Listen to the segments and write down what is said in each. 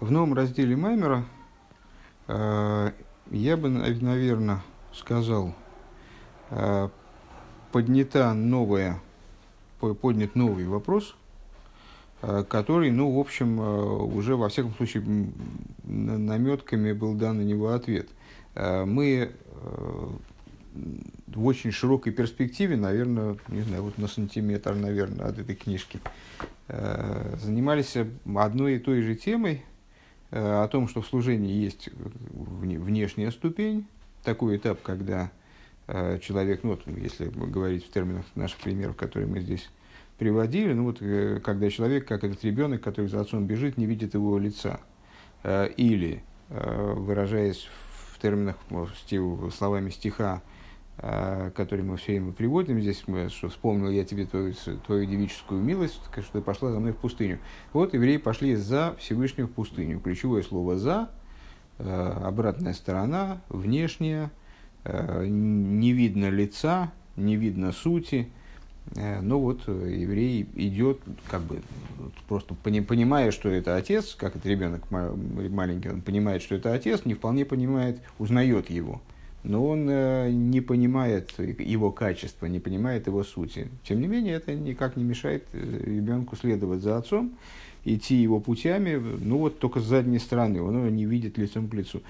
В новом разделе Маймера я бы, наверное, сказал, э, поднят новый вопрос, который, в общем, уже, во всяком случае, наметками был дан на него ответ. Мы в очень широкой перспективе, наверное, не знаю, вот на сантиметр, наверное, от этой книжки, занимались одной и той же темой, о том, что в служении есть внешняя ступень, такой этап, когда человек, если говорить в терминах наших примеров, которые мы здесь приводили, когда человек, как этот ребенок, который за отцом бежит, не видит его лица. Или, выражаясь в терминах, словами стиха, который мы все время приводим здесь, что вспомнил я тебе твою девическую милость, что ты пошла за мной в пустыню. Вот евреи пошли за Всевышним в пустыню. Ключевое слово «за», обратная сторона, внешняя, не видно лица, не видно сути. Еврей идет, просто понимая, что это отец, как это ребенок маленький, он понимает, что это отец, не вполне понимает, узнает его. Но он не понимает его качества, не понимает его сути. Тем не менее, это никак не мешает ребенку следовать за отцом, идти его путями, только с задней стороны, он его не видит лицом к лицу.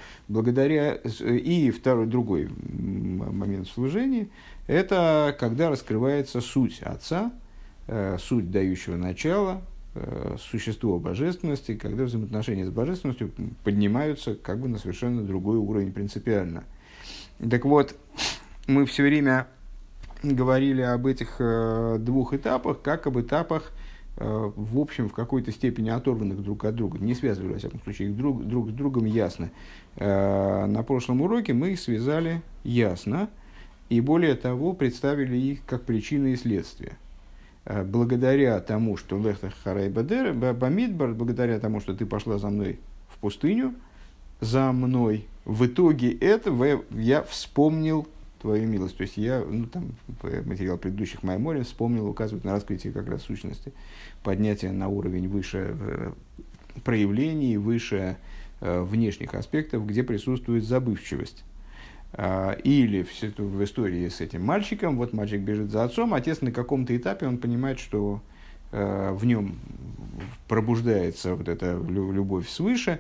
И другой момент в служении, это когда раскрывается суть отца, суть дающего начала, существо божественности, когда взаимоотношения с божественностью поднимаются на совершенно другой уровень принципиально. Так вот, мы все время говорили об этих двух этапах, как об этапах, в общем, в какой-то степени оторванных друг от друга, не связывали, во всяком случае, их друг с другом ясно. На прошлом уроке мы их связали ясно, и более того, представили их как причины и следствия. Благодаря тому, что лехтах харай бамидбар, благодаря тому, что ты пошла за мной в пустыню, за мной, в итоге этого я вспомнил твою милость. То есть я, материал предыдущих майморим вспомнил, указывает на раскрытие как раз сущности, поднятие на уровень выше проявлений, выше внешних аспектов, где присутствует забывчивость. Или в истории с этим мальчиком, мальчик бежит за отцом, отец на каком-то этапе, он понимает, что в нем пробуждается эта любовь свыше,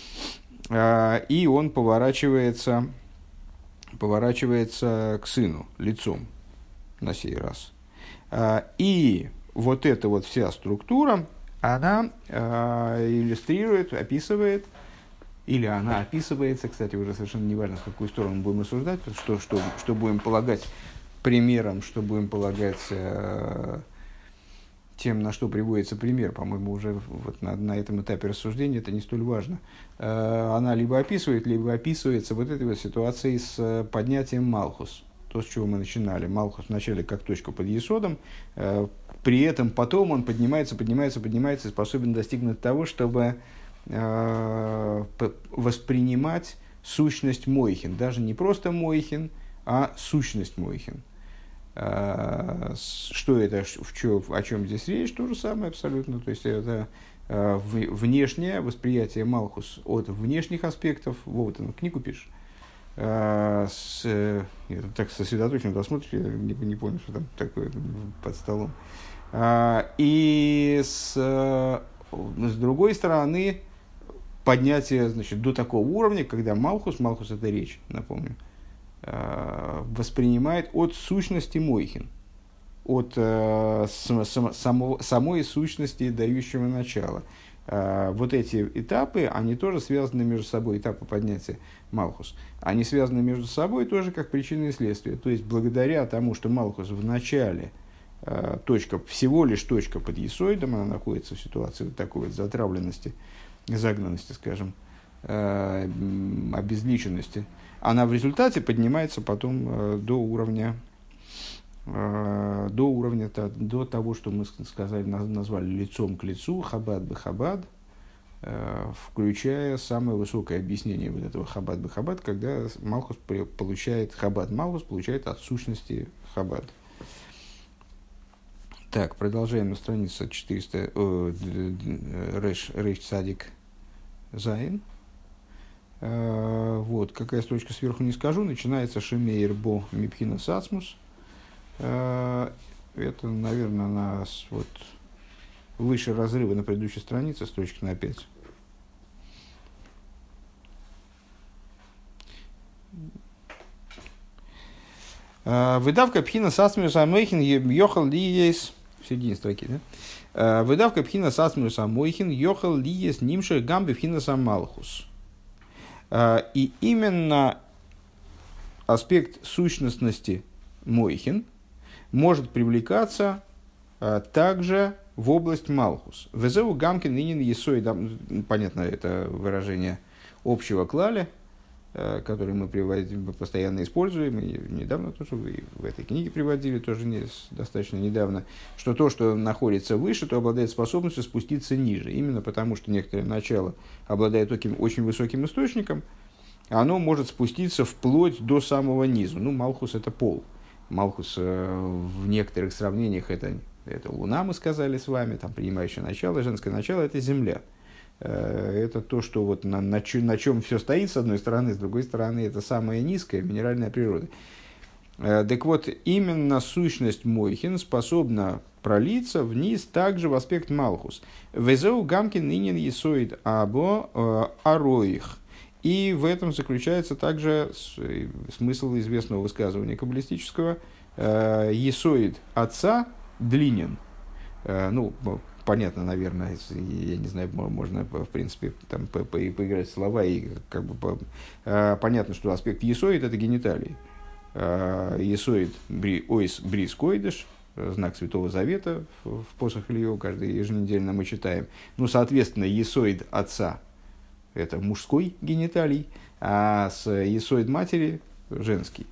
и он поворачивается к сыну лицом на сей раз. И эта вся структура, она иллюстрирует, описывает, или она описывается, кстати, уже совершенно неважно, в какую сторону будем рассуждать, что будем полагать примером, что будем полагать тем, на что приводится пример, по-моему, уже на этом этапе рассуждения это не столь важно. Она либо описывается этой ситуацией с поднятием Малхус, то, с чего мы начинали. Малхус вначале как точка под Есодом, при этом потом он поднимается и способен достигнуть того, чтобы воспринимать сущность Мойхин. Даже не просто Мойхин, а сущность Мойхин. Что это, о чем здесь речь, то же самое абсолютно. То есть это внешнее восприятие Малхус от внешних аспектов. Он книгу пишет. Я так сосредоточенно досмотришь, я не понял, что там такое под столом. И с другой стороны, поднятие, до такого уровня, когда Малхус это речь, напомню, воспринимает от сущности Мойхин, от самой сущности дающего начала. Эти этапы, они тоже связаны между собой, этапы поднятия Малхус, они связаны между собой тоже как причины и следствия. То есть, благодаря тому, что Малхус в начале всего лишь точка под Есоидом, она находится в ситуации такой затравленности, загнанности, скажем, обезличенности, она в результате поднимается потом до того, что мы сказали, назвали лицом к лицу, хабад бе-хабад, включая самое высокое объяснение этого хабад бе-хабад, когда Малхус получает Малхус получает от сущности хабад. Так, продолжаем на странице 400, Рейш Цадик Зайн. Вот, какая строчка сверху не скажу. Начинается Шемейр Бо Мипхина Сацмус. Это, наверное, нас вот выше разрыва на предыдущей странице, строчка на 5. Выдавка Пхина Сацмус Амойхин Йохал Лиес. В середине строки, да? Выдавка Пхина Сацмус Амойхин Йохал Лиес Нимшер Гамби Пхина Самалхус. И именно аспект сущностности Мойхин может привлекаться также в область Малхус. Везеу Гамкин Инин Есой, понятно, это выражение общего клаля, который мы постоянно используем, и недавно тоже в этой книге приводили, тоже достаточно недавно, что то, что находится выше, то обладает способностью спуститься ниже. Именно потому, что некоторое начало обладает таким очень высоким источником, оно может спуститься вплоть до самого низу. Ну, Малхус – это пол. Малхус в некоторых сравнениях это Луна, мы сказали с вами, там принимающее начало, женское начало – это Земля. Это то, что вот на чем все стоит, с одной стороны, с другой стороны, это самая низкая минеральная природа. Так вот, именно сущность Мойхин способна пролиться вниз также в аспект Малхус. Везеу Гамкин Нинин Есоид Або Ароих. И в этом заключается также смысл известного высказывания каббалистического «Есоид отца длинен». Ну, понятно, наверное, я не знаю, можно, в принципе, там, поиграть в слова, и как бы понятно, что аспект есоид – это гениталии. Есоид ойс брис койдыш, знак Святого Завета в посох Ильё, каждый еженедельно мы читаем. Ну, соответственно, есоид отца – это мужской гениталий, а с есоид матери – женский.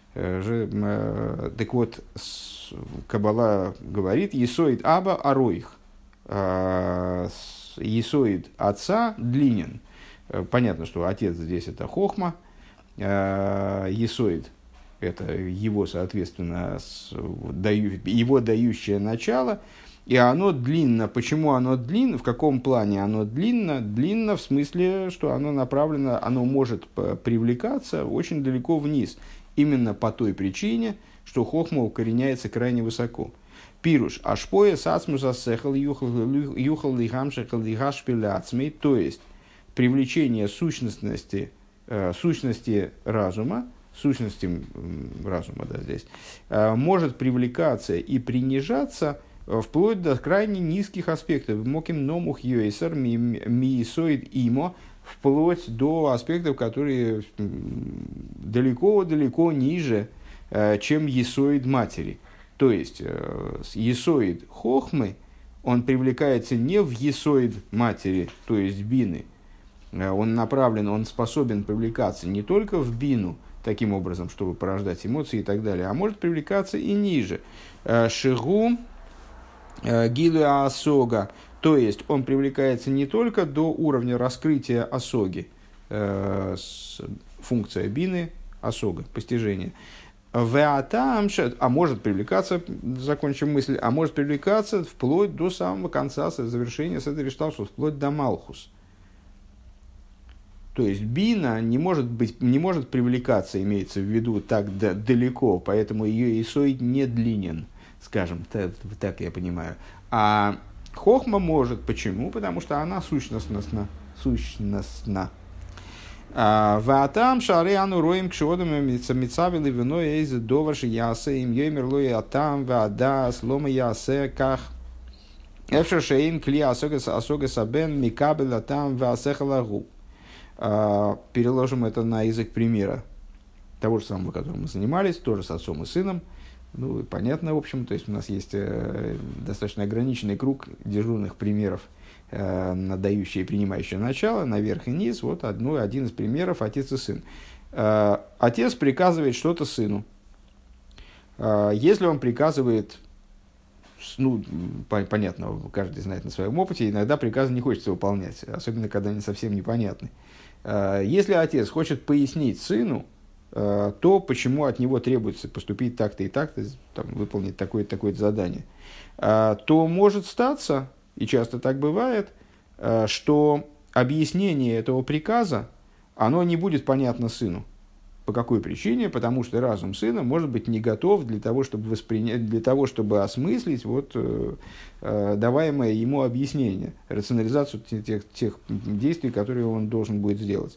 Так вот, Каббала говорит «Есоид аба ароих». Есоид отца длинен. Понятно, что отец здесь это хохма. Есоид это его, соответственно, его дающее начало. И оно длинно. Почему оно длинно? В каком плане оно длинно? Длинно в смысле, что оно направлено, оно может привлекаться очень далеко вниз. Именно по той причине, что хохма укореняется крайне высоко. Пируш, ашпоя сацмуса сехал юхал лихамшехал лихашпиляцмей, то есть привлечение сущности разума, да, здесь, может привлекаться и принижаться вплоть до крайне низких аспектов. Моким номух йойсер миисоид имо, вплоть до аспектов, которые далеко-далеко ниже, чем есоид матери. То есть, есоид хохмы, он привлекается не в есоид матери, то есть бины. Он направлен, он способен привлекаться не только в бину, таким образом, чтобы порождать эмоции и так далее, а может привлекаться и ниже. Шигу гилуа асога, то есть, он привлекается не только до уровня раскрытия асоги, функция бины, асога, постижение, а может привлекаться, закончим мысль, а может привлекаться вплоть до самого конца, завершения с этой решталшус, вплоть до Малхус. То есть бина не может привлекаться, имеется в виду, так далеко, поэтому ее есоид не длинен, скажем, так я понимаю. А хохма может. Почему? Потому что она сущностна. Ваатам шариану роем кшодам мицавили вино из доварши ясе им йомер лои атам ваада слома ясе ках эфшершейн кли асога сабен микабель атам ваасехалагу. Переложим это на язык примера того же самого, которым мы занимались, тоже с отцом и сыном. Ну, понятно, в общем, то есть у нас есть достаточно ограниченный круг дежурных примеров на дающее и принимающее начало, наверх и низ. Вот один из примеров – отец и сын. Отец приказывает что-то сыну. Если он приказывает, ну, понятно, каждый знает на своем опыте, иногда приказы не хочется выполнять, особенно когда они совсем непонятны. Если отец хочет пояснить сыну, то почему от него требуется поступить так-то и так-то, там, выполнить такое-то, такое-то задание, то может статься, и часто так бывает, что объяснение этого приказа, оно не будет понятно сыну. По какой причине? Потому что разум сына может быть не готов для того, чтобы воспринять, для того, чтобы осмыслить даваемое ему объяснение, рационализацию тех действий, которые он должен будет сделать.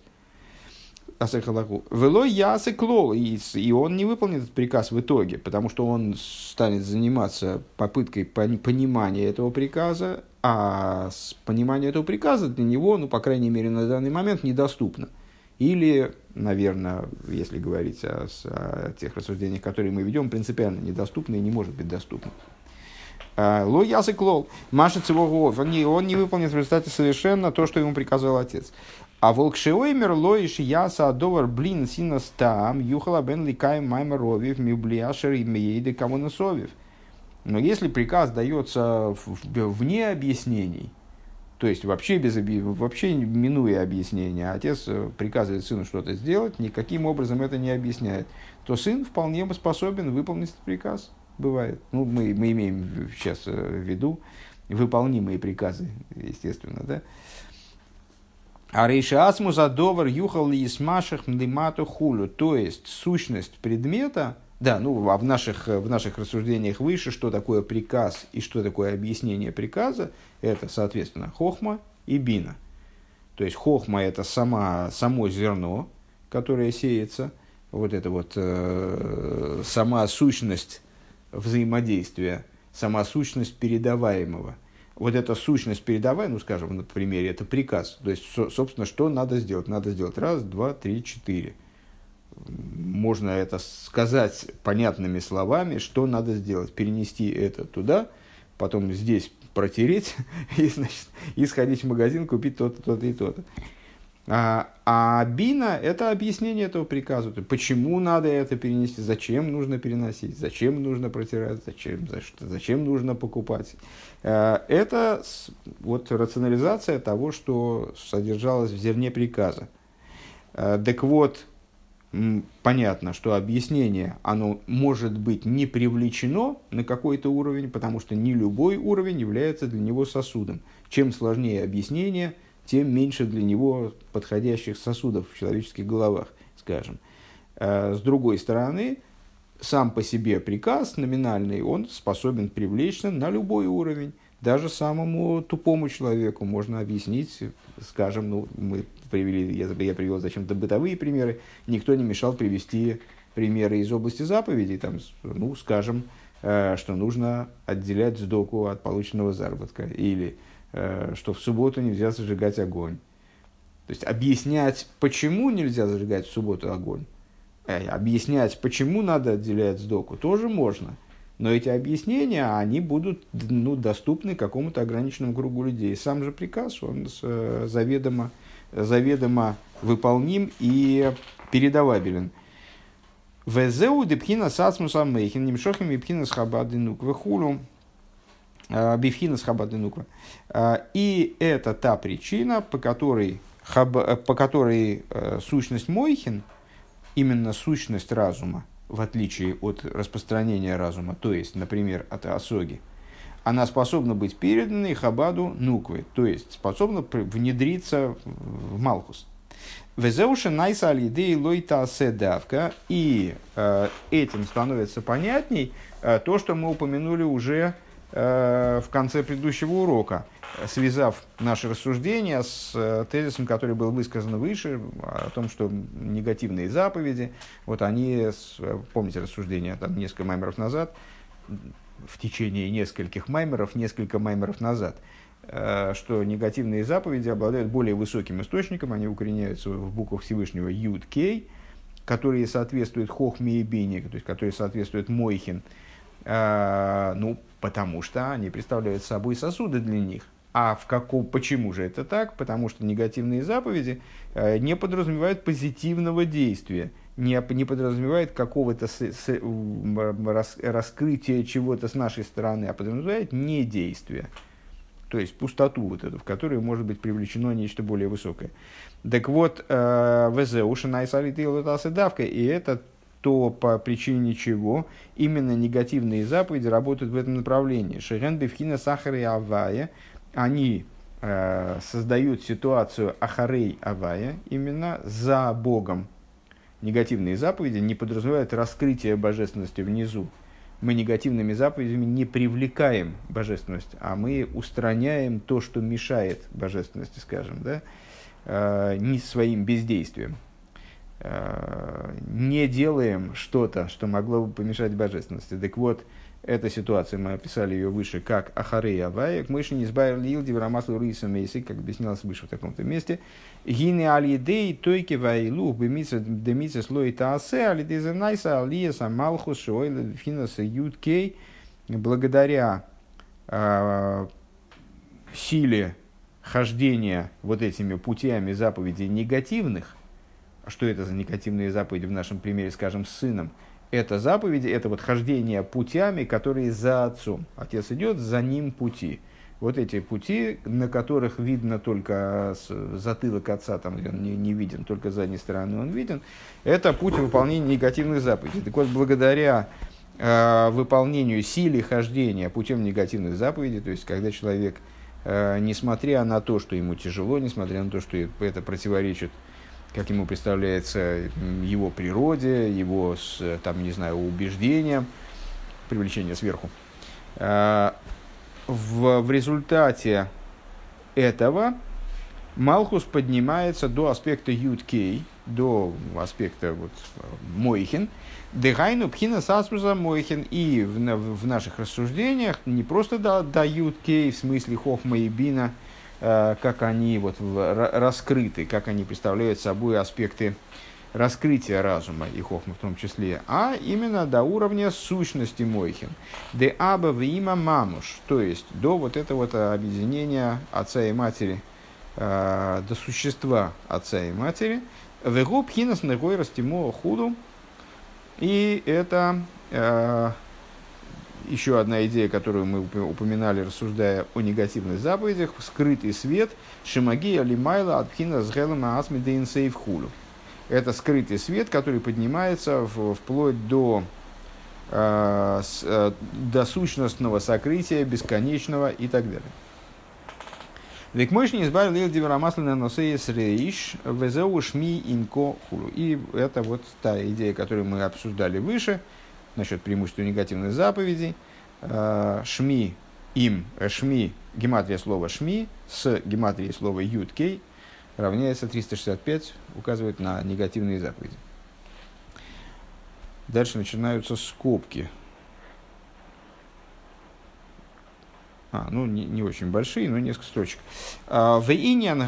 Вело ясы клол, и он не выполнит этот приказ в итоге, потому что он станет заниматься попыткой понимания этого приказа, а понимание этого приказа для него, по крайней мере, на данный момент недоступно. Или, наверное, если говорить о тех рассуждениях, которые мы ведем, принципиально недоступно и не может быть доступно. Ло ясы клол, Маша Цивогов, он не выполнит в результате совершенно то, что ему приказал отец. А волкшеоймер лоиш яса адовар блин синас там юхала бен ликаем маймеровив миблиашер и мейды камоносовив. Но если приказ дается вне объяснений, то есть вообще минуя объяснения, отец приказывает сыну что-то сделать, никаким образом это не объясняет, то сын вполне способен выполнить этот приказ. Бывает. Мы имеем сейчас в виду выполнимые приказы, естественно, да? А рейша асмуза довар юхал лисмашах мдимату хулю, то есть сущность предмета, да, а в наших рассуждениях выше, что такое приказ и что такое объяснение приказа, это, соответственно, хохма и бина. То есть хохма – это само зерно, которое сеется, сама сущность взаимодействия, сама сущность передаваемого. Вот эта сущность передаваемая, скажем, на примере, это приказ. То есть, собственно, что надо сделать? Надо сделать 1, 2, 3, 4. Можно это сказать понятными словами, что надо сделать. Перенести это туда, потом здесь протереть и сходить в магазин, купить то-то, то-то и то-то. А бина – это объяснение этого приказа. Почему надо это перенести, зачем нужно переносить, зачем нужно протирать, зачем нужно покупать. Это рационализация того, что содержалось в зерне приказа. Так вот, понятно, что объяснение, оно может быть не привлечено на какой-то уровень, потому что не любой уровень является для него сосудом. Чем сложнее объяснение, тем меньше для него подходящих сосудов в человеческих головах, скажем. С другой стороны, сам по себе приказ номинальный, он способен привлечься на любой уровень. Даже самому тупому человеку можно объяснить, скажем, я привел зачем-то бытовые примеры, никто не мешал привести примеры из области заповедей, скажем, что нужно отделять сдоку от полученного заработка, или что в субботу нельзя зажигать огонь. То есть объяснять, почему нельзя зажигать в субботу огонь, объяснять, почему надо отделять сдоку, тоже можно. Но эти объяснения, они будут доступны какому-то ограниченному кругу людей. Сам же приказ, он заведомо выполним и передавабелен. Везеу депхина сацмуса мейхин немшохим и пхина схабады нуквы хулу. Бифхина схабады нуквы. И это та причина, по которой сущность мойхин, именно сущность разума, в отличие от распространения разума, то есть, например, от осоги, она способна быть переданной хабаду нуквы, то есть способна внедриться в малхус. Везеуши найса алидей лойта седавка, и этим становится понятней то, что мы упомянули уже в конце предыдущего урока, связав наши рассуждения с тезисом, который был высказан выше, о том, что негативные заповеди, они, помните рассуждение несколько маймеров назад, в течение несколько маймеров назад, что негативные заповеди обладают более высоким источником, они укореняются в буквах Всевышнего Юд-Кей, которые соответствуют Хохме и Бине, то есть которые соответствуют Мойхин, потому что они представляют собой сосуды для них. Почему же это так? Потому что негативные заповеди не подразумевают позитивного действия, не подразумевают какого-то раскрытия чего-то с нашей стороны, а подразумевают недействие. То есть пустоту в которой может быть привлечено нечто более высокое. Так вот, и это то, по причине чего именно негативные заповеди работают в этом направлении. Шерен бифхина сахара и авая, они создают ситуацию ахарей авая, именно за Богом. Негативные заповеди не подразумевают раскрытие божественности внизу. Мы негативными заповедями не привлекаем божественность, а мы устраняем то, что мешает божественности, скажем, да, не своим бездействием. Не делаем что-то, что могло бы помешать божественности. Так вот, эта ситуация, мы описали ее выше, как ахарей авая, к мыши не избавили илди врамаслу рису мейси, как объяснялось выше в таком-то месте. Гине алидей тойки вайлу бемица демица слой таасе алидей занайса алия самалхус шойле финаса юткей. Благодаря силе хождения вот этими путями заповедей негативных. Что это за негативные заповеди в нашем примере, скажем, с сыном? Это заповеди, это вот хождение путями, которые за отцом. Отец идет, за ним пути. Вот эти пути, на которых видно только затылок отца, там он не виден, только с задней стороны он виден, это путь выполнения негативных заповедей. Так вот, благодаря выполнению силе хождения путем негативных заповедей, то есть, когда человек, несмотря на то, что ему тяжело, несмотря на то, что это противоречит, как ему представляется, его природе, его, там, не знаю, убеждениям, привлечение сверху. В результате этого Малхус поднимается до аспекта Юд-Кей, до аспекта вот, Мойхин, Дегайну Пхина Сасмуза Мойхин, и в наших рассуждениях не просто до Юд-Кей, в смысле Хохма и Бина, как они вот раскрыты, как они представляют собой аспекты раскрытия разума и хохмы в том числе, а именно до уровня сущности Мойхин. Де аба вима мамуш, то есть до вот этого вот объединения отца и матери, до существа отца и матери, вегу пхинас негой растимо худу, и это еще одна идея, которую мы упоминали, рассуждая о негативных заповедях, скрытый свет, шимагия лимайла от пхина с гелема асмидейн сейвхулю. Это скрытый свет, который поднимается вплоть до сущностного сокрытия, бесконечного и так далее. Век мощь не избавил ил диверамаслина носеес рейш везеу шми инко хулу. И это вот та идея, которую мы обсуждали выше, насчет преимущества негативных заповедей. Шми им, шми, гематрия слова шми с гематрией слова юткей равняется 365, указывает на негативные заповеди. Дальше начинаются скобки. Не очень большие, но несколько строчек. Вейнян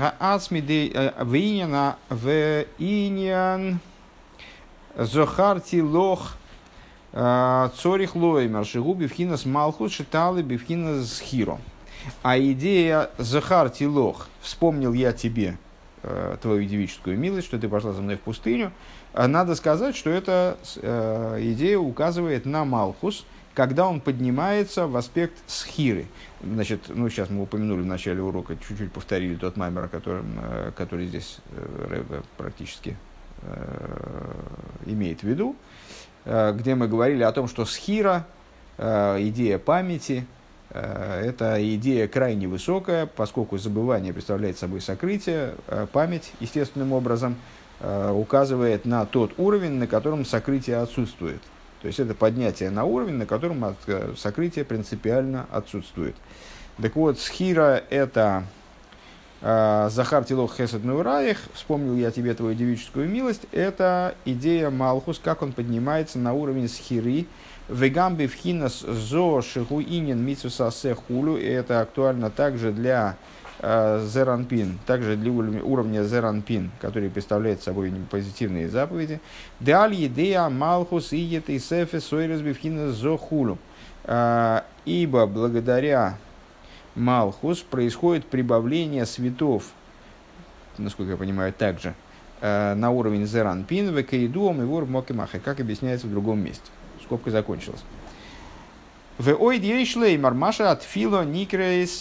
зохарти лох цорих лоймер шигуби вхинас малхус шиталы бифхинас хиро. А идея зохарти лох, вспомнил я тебе твою девическую милость, что ты пошла за мной в пустыню. Надо сказать, что эта идея указывает на малхус, когда он поднимается в аспект схиры. Значит, сейчас мы упомянули в начале урока, чуть-чуть повторили тот маймер, который здесь Рэбе практически имеет в виду, где мы говорили о том, что схира, идея памяти, это идея крайне высокая, поскольку забывание представляет собой сокрытие, память естественным образом указывает на тот уровень, на котором сокрытие отсутствует. То есть это поднятие на уровень, на котором сокрытие принципиально отсутствует. Так вот, схира – это Захар Тилох Хесед Нураих, вспомнил я тебе твою девическую милость, это идея Малхус, как он поднимается на уровень схиры. Вегамби вхинас зо шихуинин митсусасе хулю, и это актуально также для зеранпин, также для уровня зеранпин, который представляет собой позитивные заповеди. Деаль едея малхус иет и сефе сойрес бифхинас зо хулю, ибо благодаря Малхус происходит прибавление светов, насколько я понимаю, также на уровень Зеранпин, Векаидуом и Вор Мокимахе, как объясняется в другом месте. Скобка закончилась. В ойдейшлей мармаша от фило никрейс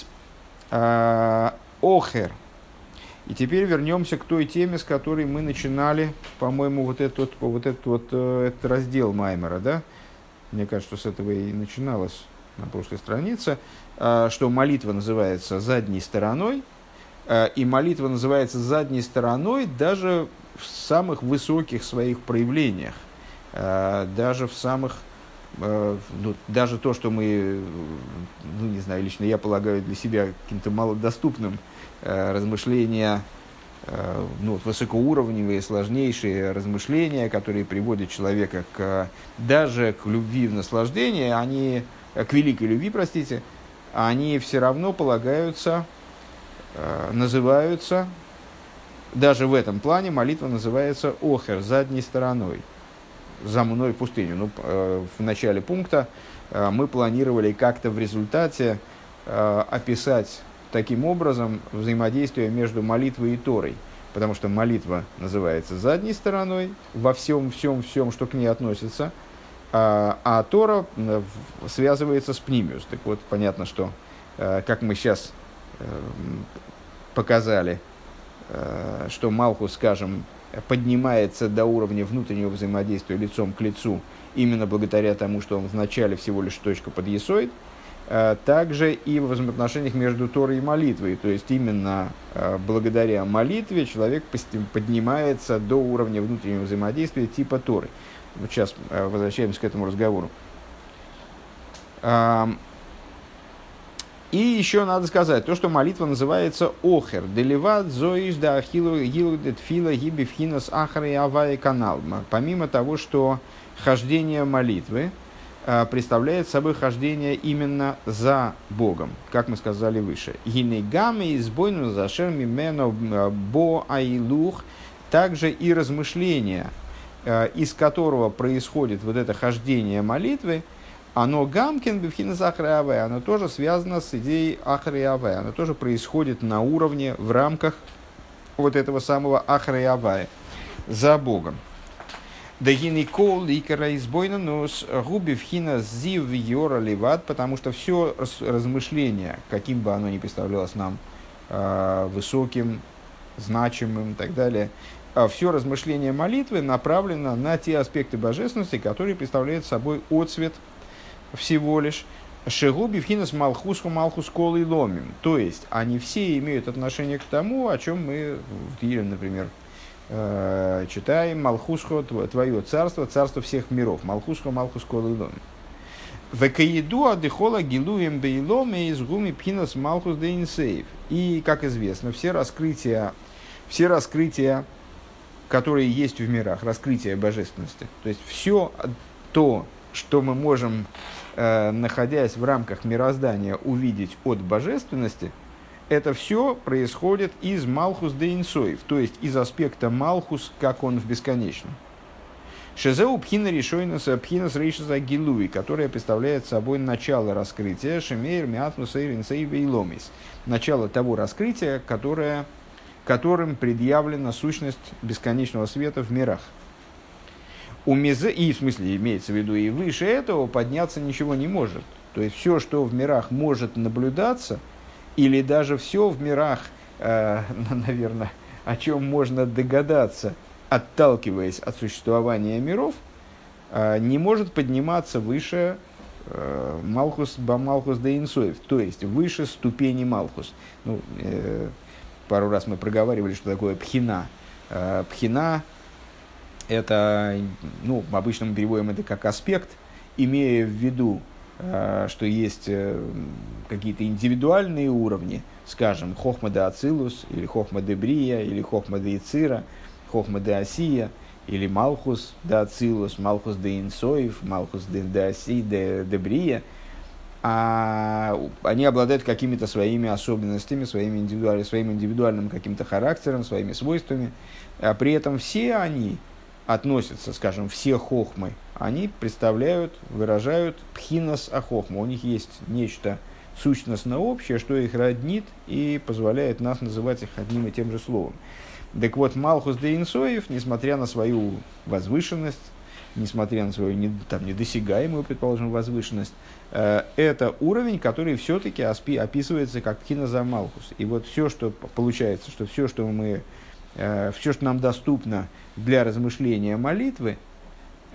охер. И теперь вернемся к той теме, с которой мы начинали, по-моему, вот этот раздел Маймера, да? Мне кажется, что с этого и начиналось на прошлой странице, что молитва называется задней стороной, И молитва называется задней стороной даже в самых высоких своих проявлениях, даже в самых, даже то, что мы, не знаю, лично я полагаю для себя каким-то малодоступным, размышления, высокоуровневые, сложнейшие размышления, которые приводят человека даже к любви в наслаждение, к великой любви, простите, они все равно полагаются, называются, даже в этом плане молитва называется охер, задней стороной, за мной в пустыню. В начале пункта мы планировали как-то в результате описать таким образом взаимодействие между молитвой и Торой, потому что молитва называется задней стороной во всем, что к ней относится, а Тора связывается с пнимиус. Так вот, понятно, что, как мы сейчас показали, что Малхус, скажем, поднимается до уровня внутреннего взаимодействия лицом к лицу именно благодаря тому, что он вначале всего лишь точка под есоид, также и в взаимоотношениях между Торой и молитвой. То есть именно благодаря молитве человек поднимается до уровня внутреннего взаимодействия типа Торы. Вот сейчас возвращаемся к этому разговору. И еще надо сказать, то, что молитва называется охер. Деливат зоиш да ахилу гилудет фила гибивхинас ахара и авай канал. Помимо того, что хождение молитвы представляет собой хождение именно за Богом, как мы сказали выше. Гинегами избойну зашер мимено бо айлух. Также и размышление, из которого происходит вот это хождение молитвы, оно гамкин бифхинас ахара и авай, оно тоже связано с идеей ахара и авай, оно тоже происходит на уровне, в рамках вот этого самого ахара и авая, за Богом. Потому что все размышление, каким бы оно ни представлялось нам высоким, значимым и так далее, все размышление молитвы направлено на те аспекты божественности, которые представляют собой отцвет всего лишь. Шегуби вхинас малхусху малхус колы ломим. То есть они все имеют отношение к тому, о чем мы в Тилем, например, читаем: Малхусхо, твое царство, царство всех миров. Малхусхо, малхус колы ломим. Векаеду адыхола гилуем бейломе из гуми пхинас малхус дейнсейв. И, как известно, все раскрытия, которые есть в мирах, раскрытие божественности, то есть все то, что мы можем, находясь в рамках мироздания, увидеть от божественности, это все происходит из Малхус де Инсоев, то есть из аспекта Малхус, как он в бесконечном. Шезеу пхина решойнас рейшаза гилуи, которая представляет собой начало раскрытия шемейр миатмус эйринсейв эйломис, начало того раскрытия, которым предъявлена сущность бесконечного света в мирах. И в смысле имеется в виду и выше этого подняться ничего не может. То есть все, что в мирах может наблюдаться, или даже все в мирах, наверное, о чем можно догадаться, отталкиваясь от существования миров, не может подниматься выше Малхус Бамалхус де Инсоев, то есть выше ступени Малхус. Пару раз мы проговаривали, что такое пхина. Пхина — это, обычно мы переводим это как аспект, имея в виду, что есть какие-то индивидуальные уровни, скажем, хохма де ацилус, или хохма де брия, или хохма де ицира, хохма де асия, или малхус де ацилус, малхус де инсоев, малхус де аси, де брия. А они обладают какими-то своими особенностями, своим индивидуальным каким-то характером, своими свойствами. А при этом все они относятся, скажем, все хохмы, они представляют, выражают пхинас ахохма. У них есть нечто сущностно общее, что их роднит и позволяет нас называть их одним и тем же словом. Так вот, Малхус де Инсоев, несмотря на свою возвышенность, несмотря на свою недосягаемую, предположим, возвышенность, это уровень, который все-таки описывается как пхинас Малхус. И вот все, что получается, что все, что нам доступно для размышления молитвы,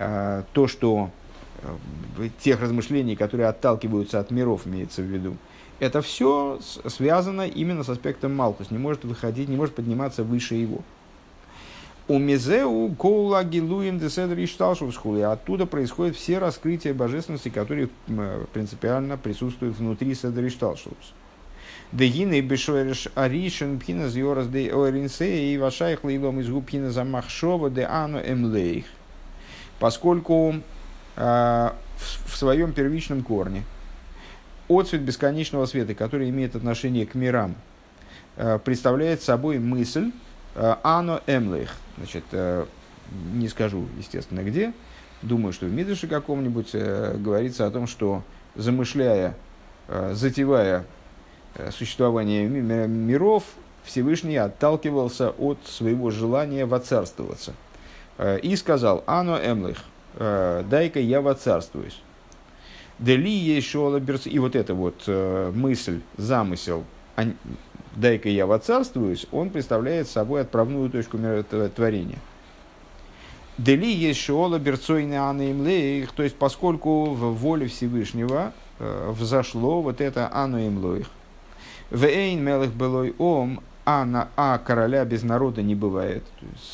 то, что тех размышлений, которые отталкиваются от миров, имеется в виду, Это все связано именно с аспектом Малхус, не может выходить, не может подниматься выше его. У Мизеу Коула Гилуем Деседр и Шталшевсхули. Оттуда происходят все раскрытия божественности, которые принципиально присутствуют внутри Седр и Шталшевс. Дегины бешойреш аришен пхина зьорас де оринсе и вашайх лейлом из губхина замахшова де ану эмлейх. Поскольку в своем первичном корне отцвет бесконечного света, который имеет отношение к мирам, представляет собой мысль ано эмлейх. Значит, не скажу, естественно, где. Думаю, что в Мидреше каком-нибудь говорится о том, что замышляя, затевая существование миров, Всевышний отталкивался от своего желания воцарствоваться. И сказал: «Ано эмлих, дай-ка я воцарствуюсь». Дели ешола берц. И вот эта вот мысль, замысел «дай-ка я воцарствуюсь», он представляет собой отправную точку миротворения. Дели ешола берцойны ано эмлих, то есть поскольку в воле Всевышнего взошло вот это ано эмлих. Вейн мелых былой ом, а короля без народа не бывает.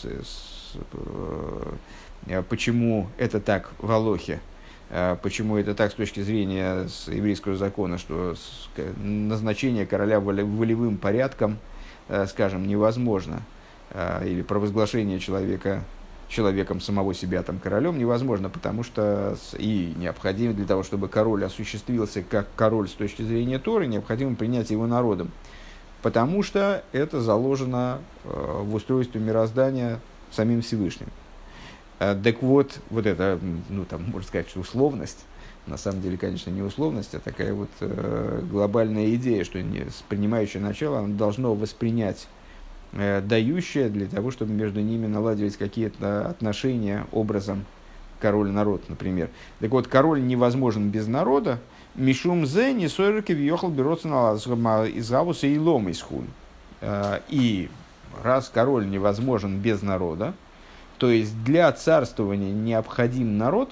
Почему это так в Алохе? Почему это так с точки зрения еврейского закона, что назначение короля волевым порядком, скажем, невозможно, или провозглашение человеком самого себя там, королем невозможно, потому что и необходимо для того, чтобы король осуществился как король с точки зрения Торы, необходимо принять его народом, потому что это заложено в устройстве мироздания самим Всевышним. Так вот, вот это, ну, там, можно сказать, что условность, на самом деле, конечно, не условность, а такая вот глобальная идея, что принимающее начало, оно должно воспринять дающее для того, чтобы между ними наладились какие-то отношения образом король-народ, например. Так вот, король невозможен без народа. Мишум зе не сойрки въехал берется из гавуса и лом из хун. И раз король невозможен без народа, то есть для царствования необходим народ,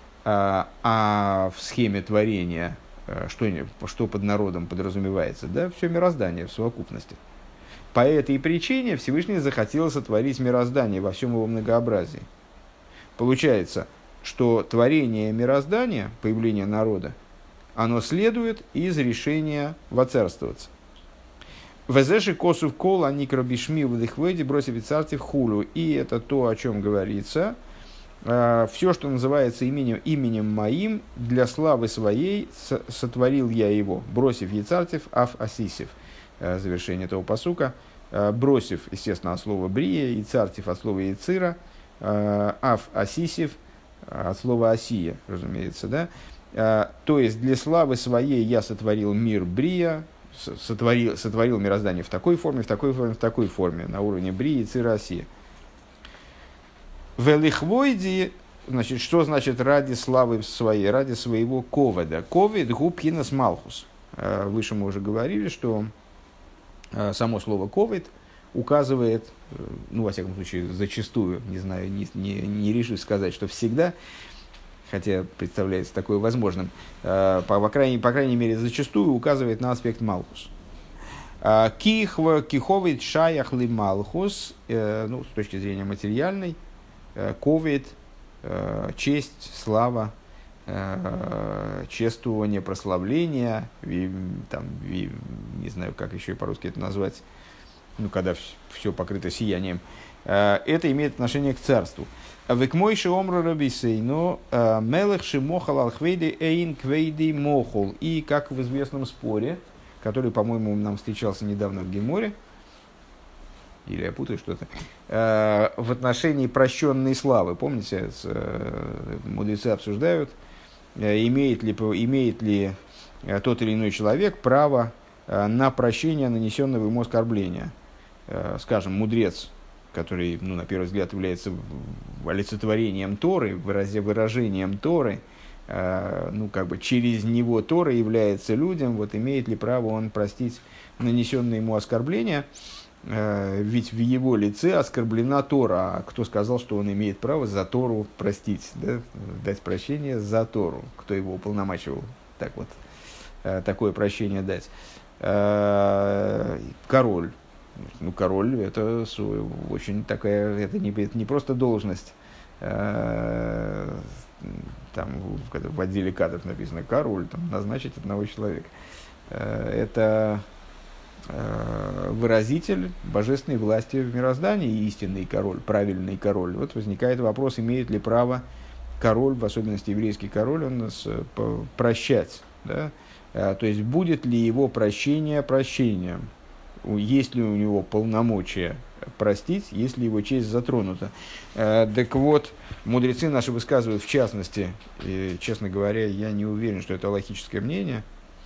а в схеме творения что под народом подразумевается, да, все мироздание в совокупности. По этой причине Всевышний захотел сотворить мироздание во всем его многообразии. Получается, что творение мироздания, появление народа, оно следует из решения воцарствоваться. Везеши косу в кол, а никробишми в дыхведе бросив царстве в хулю. И это то, о чем говорится. Все, что называется именем моим, для славы своей сотворил я его, бросив яцартев аф асисев. Завершение этого пасука. Бросив, естественно, от слова брия, яцартев от слова яцира, аф асисев от слова осия, разумеется, да. То есть для славы своей я сотворил мир брия, сотворил мироздание в такой форме, в такой форме, в такой форме, на уровне брии, яцира, осия. Велихвойди, значит, что значит ради славы своей, ради своего коведа? Ковед губхинас малхус. Выше мы уже говорили, что само слово ковид указывает, ну, во всяком случае, зачастую, не знаю, не решусь сказать, что всегда, хотя представляется такое возможным, по крайней мере, зачастую указывает на аспект малхус. Киховид шаях ли малхус, ну, с точки зрения материальной, ковид, честь, слава, чествование, прославление, там, не знаю, как еще и по-русски это назвать, ну, когда все покрыто сиянием, это имеет отношение к царству. Векмойши омру рабисейно мелех шимохал алхвейди эйн квейди мохол. И как в известном споре, который, по-моему, нам встречался недавно в Геморе, или я путаю что-то, в отношении прощенной славы. Помните, мудрецы обсуждают, имеет ли тот или иной человек право на прощение нанесенного ему оскорбления. Скажем, мудрец, который, ну, на первый взгляд является олицетворением Торы, выражением Торы, ну, как бы через него Тора является людям, вот имеет ли право он простить нанесенное ему оскорбление, ведь в его лице оскорблена Тора. А кто сказал, что он имеет право за Тору простить, да? Дать прощение за Тору? Кто его уполномачивал так вот такое прощение дать. Король. Ну, король это очень такая, это не просто должность. Там в отделе кадров написано король, там, назначить одного человека. Это выразитель божественной власти в мироздании, истинный король, правильный король. Вот возникает вопрос, имеет ли право король, в особенности еврейский король, он нас прощать. Да? То есть, будет ли его прощение прощением? Есть ли у него полномочия простить, если его честь затронута? Так вот, мудрецы наши высказывают, в частности, и, честно говоря, я не уверен, что это логическое мнение,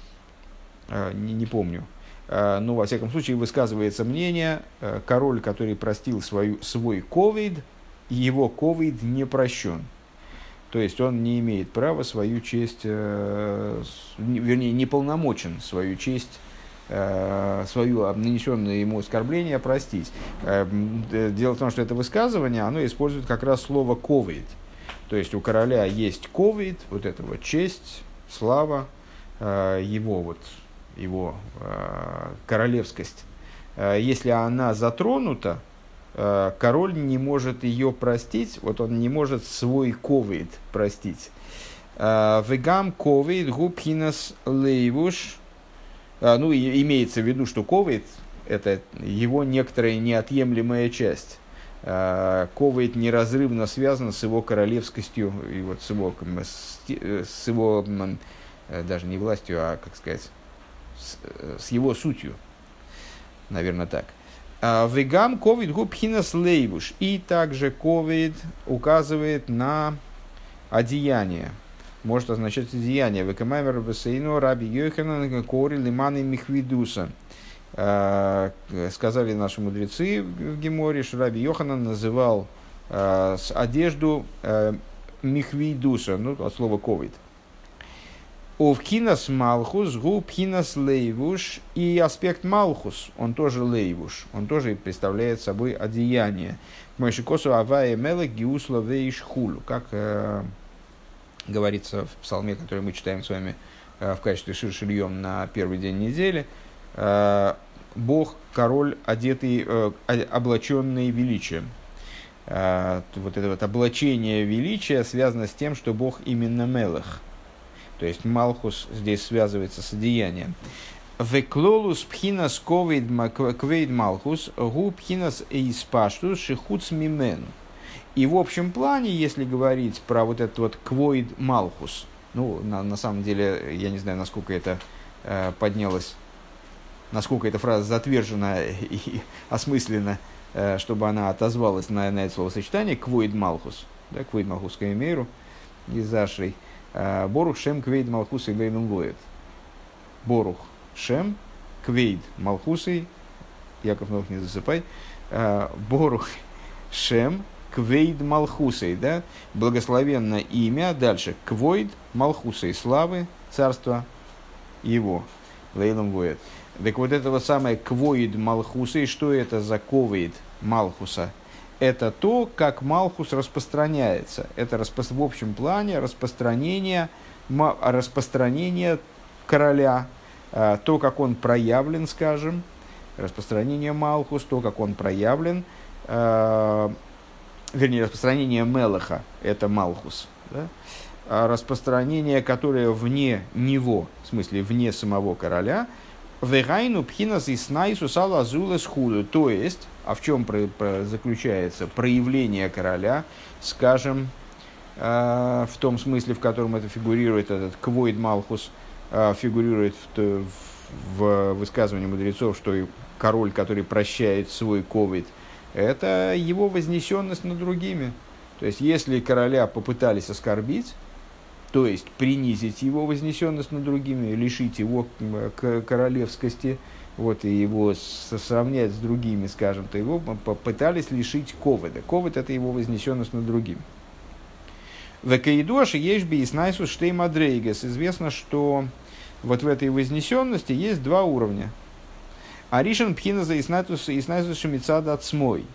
не помню, но, во всяком случае, высказывается мнение, король, который простил свой ковид, его ковид не прощен. То есть, он не имеет права свою честь, вернее, не полномочен свою честь, свое нанесенное ему оскорбление простить. Дело в том, что это высказывание, оно использует как раз слово «ковид». То есть, у короля есть ковид, вот это вот честь, слава, его королевскость. Если она затронута, король не может ее простить, вот он не может свой ковид простить. Вегам ковид губхинас лейвуш. Ну, имеется в виду, что ковид – это его некоторая неотъемлемая часть. Ковид неразрывно связан с его королевскостью, и вот с его даже не властью, а, как сказать, с его сутью. Наверное, так. Вегам ковид губхинас лейвуш. И также ковид указывает на одеяние. Может означать одеяние. Векамаймер весейно раби Йоханан кори лиманы михвидуса. Сказали наши мудрецы в Геморе, что раби Йоханан называл одежду михвидуса, ну, от слова ковид. Овкинас малхус, губхинас лейвуш, и аспект малхус, он тоже лейвуш, он тоже представляет собой одеяние. Мойшикосу авае мелек гиусла вейшхулу, как говорится в псалме, который мы читаем с вами в качестве шир-шильем на первый день недели. Бог, король, одетый, облаченный величием. Вот это вот облачение величия связано с тем, что Бог именно мелех. То есть Малхус здесь связывается с одеянием. Веклолус пхинас квейд Малхус гу пхинас эйспаштус шихуц мимен. И в общем плане, если говорить про вот этот вот квойд Малхус, ну, на самом деле, я не знаю, насколько это поднялось, насколько эта фраза затвержена и осмыслена, чтобы она отозвалась на это словосочетание квойд Малхус, да, квойд Малхус Каэмейру из Ашрей. Борух Шем Квейд Малхусой Лейном Воет. Борух Шем Квейд Малхусой, Яков Новых, не засыпай. Борух Шем Квейд Малхусой, да? Благословенно имя, дальше Квойд Малхусой, славы, царства его. Лейном Воет. Так вот это вот самое Квойд Малхусой, что это за Ковейд Малхуса? Это то, как Малхус распространяется. Это в общем плане распространение короля, то, как он проявлен, скажем, распространение Малхус, то, как он проявлен, вернее, распространение Мелаха, это Малхус, да? А распространение, которое вне него, в смысле, вне самого короля, вегайну пхинас и снайсу салазулес худу, то есть, а в чем заключается проявление короля, скажем, в том смысле, в котором это фигурирует, этот квойд Малхус, фигурирует в высказывании мудрецов, что король, который прощает свой ковид, это его вознесенность над другими. То есть, если короля попытались оскорбить, то есть принизить его вознесенность над другими, лишить его королевскости, вот, и его сравнять с другими, скажем, то его попытались лишить ковида. Ковид – это его вознесенность над другими. В Каидуаше ешби и снайсус штеймадрейгес. Известно, что вот в этой вознесенности есть два уровня. Аришан пхиназа и снайсус шемицада отсмой.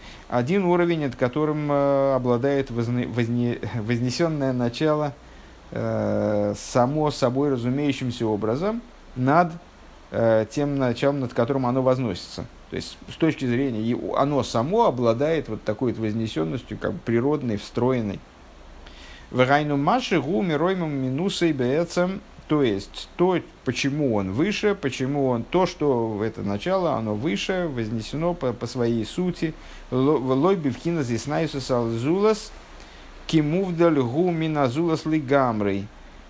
Один уровень, над которым обладает вознесенное начало само собой разумеющимся образом над тем началом, над которым оно возносится. То есть, с точки зрения, оно само обладает вот такой вот вознесенностью, как бы природной, встроенной. Вегайну маши гу мироймом минусой бецем. То есть, то, почему он выше, почему он то, что это начало, оно выше, вознесено по своей сути. Лой бивхина здесь найсус алзулас кимувдаль гу миназулас лигамрей.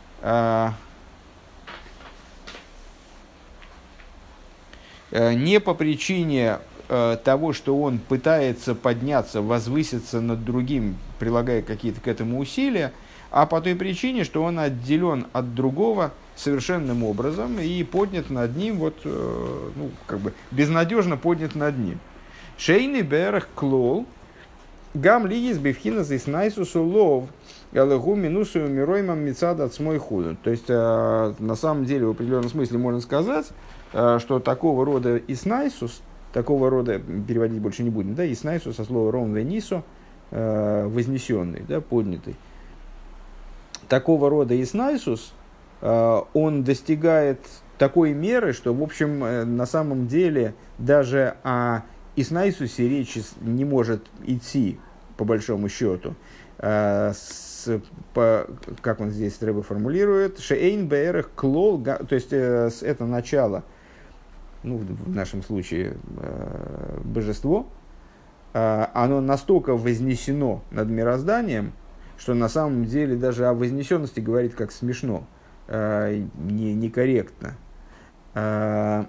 Не по причине того, что он пытается подняться, возвыситься над другим, прилагая какие-то к этому усилия, а по той причине, что он отделен от другого совершенным образом и поднят над ним, вот, ну, как бы безнадежно поднят над ним. Шейный берег клол, гам лигис бифхина здесь найсусу лов, элэгу минусу умироймам мецад от смой худу. То есть, на самом деле, в определенном смысле можно сказать, что такого рода иснайсус, такого рода, переводить больше не будем, да, иснайсус со слова ром венисо, вознесенный, да, поднятый. Такого рода иснайсус, он достигает такой меры, что, в общем, на самом деле, даже о иснайсусе речи не может идти, по большому счету. Как он здесь Рэбе формулирует, шеэйн бээх клол, то есть это начало, ну, в нашем случае божество, оно настолько вознесено над мирозданием, что на самом деле даже о вознесенности говорить как смешно, некорректно. Это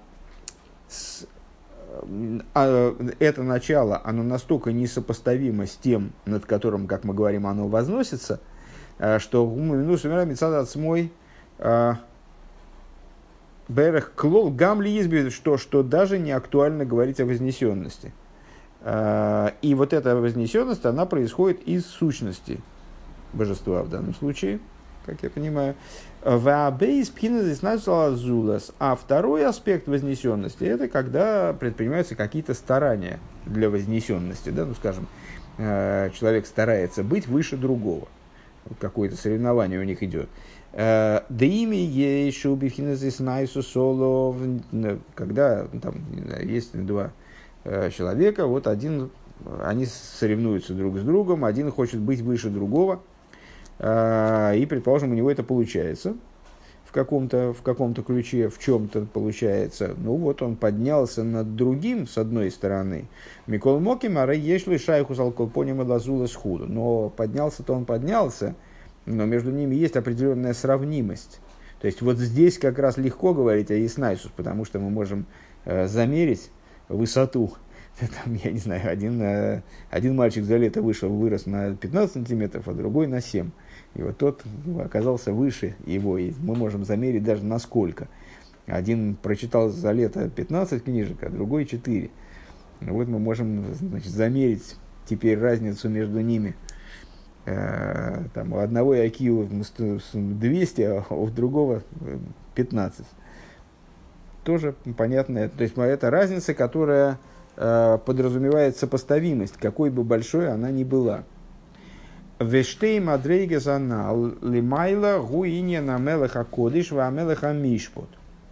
начало, оно настолько несопоставимо с тем, над которым, как мы говорим, оно возносится, что минус умирает мецад от смой берех клол гамли избит, что даже не актуально говорить о вознесенности. И вот эта вознесенность, она происходит из сущности божества в данном случае, как я понимаю. А второй аспект вознесенности — это когда предпринимаются какие-то старания для вознесенности. Да? Ну, скажем, человек старается быть выше другого. Какое-то соревнование у них идет. Когда там есть два человека, вот они соревнуются друг с другом, один хочет быть выше другого, и, предположим, у него это получается в каком-то ключе, в чем-то получается. Ну вот он поднялся над другим с одной стороны. Микол Моким, а Рейешли Шайхус Алколпоним и Лазула Схуду. Но поднялся-то он поднялся, но между ними есть определенная сравнимость. То есть вот здесь как раз легко говорить о Иснайсус, потому что мы можем замерить высоту. Там, я не знаю, один мальчик за лето вырос на 15 сантиметров, а другой на 7. И вот тот оказался выше его, и мы можем замерить даже на сколько. Один прочитал за лето 15 книжек, а другой 4. Вот мы можем, значит, замерить теперь разницу между ними. Там, у одного IQ 200, а у другого 15. Тоже понятно. То есть это разница, которая подразумевает сопоставимость, какой бы большой она ни была. Вештей мадрейгес анал лимайла гуиня на мелеха кодиш ва мелеха мишпот.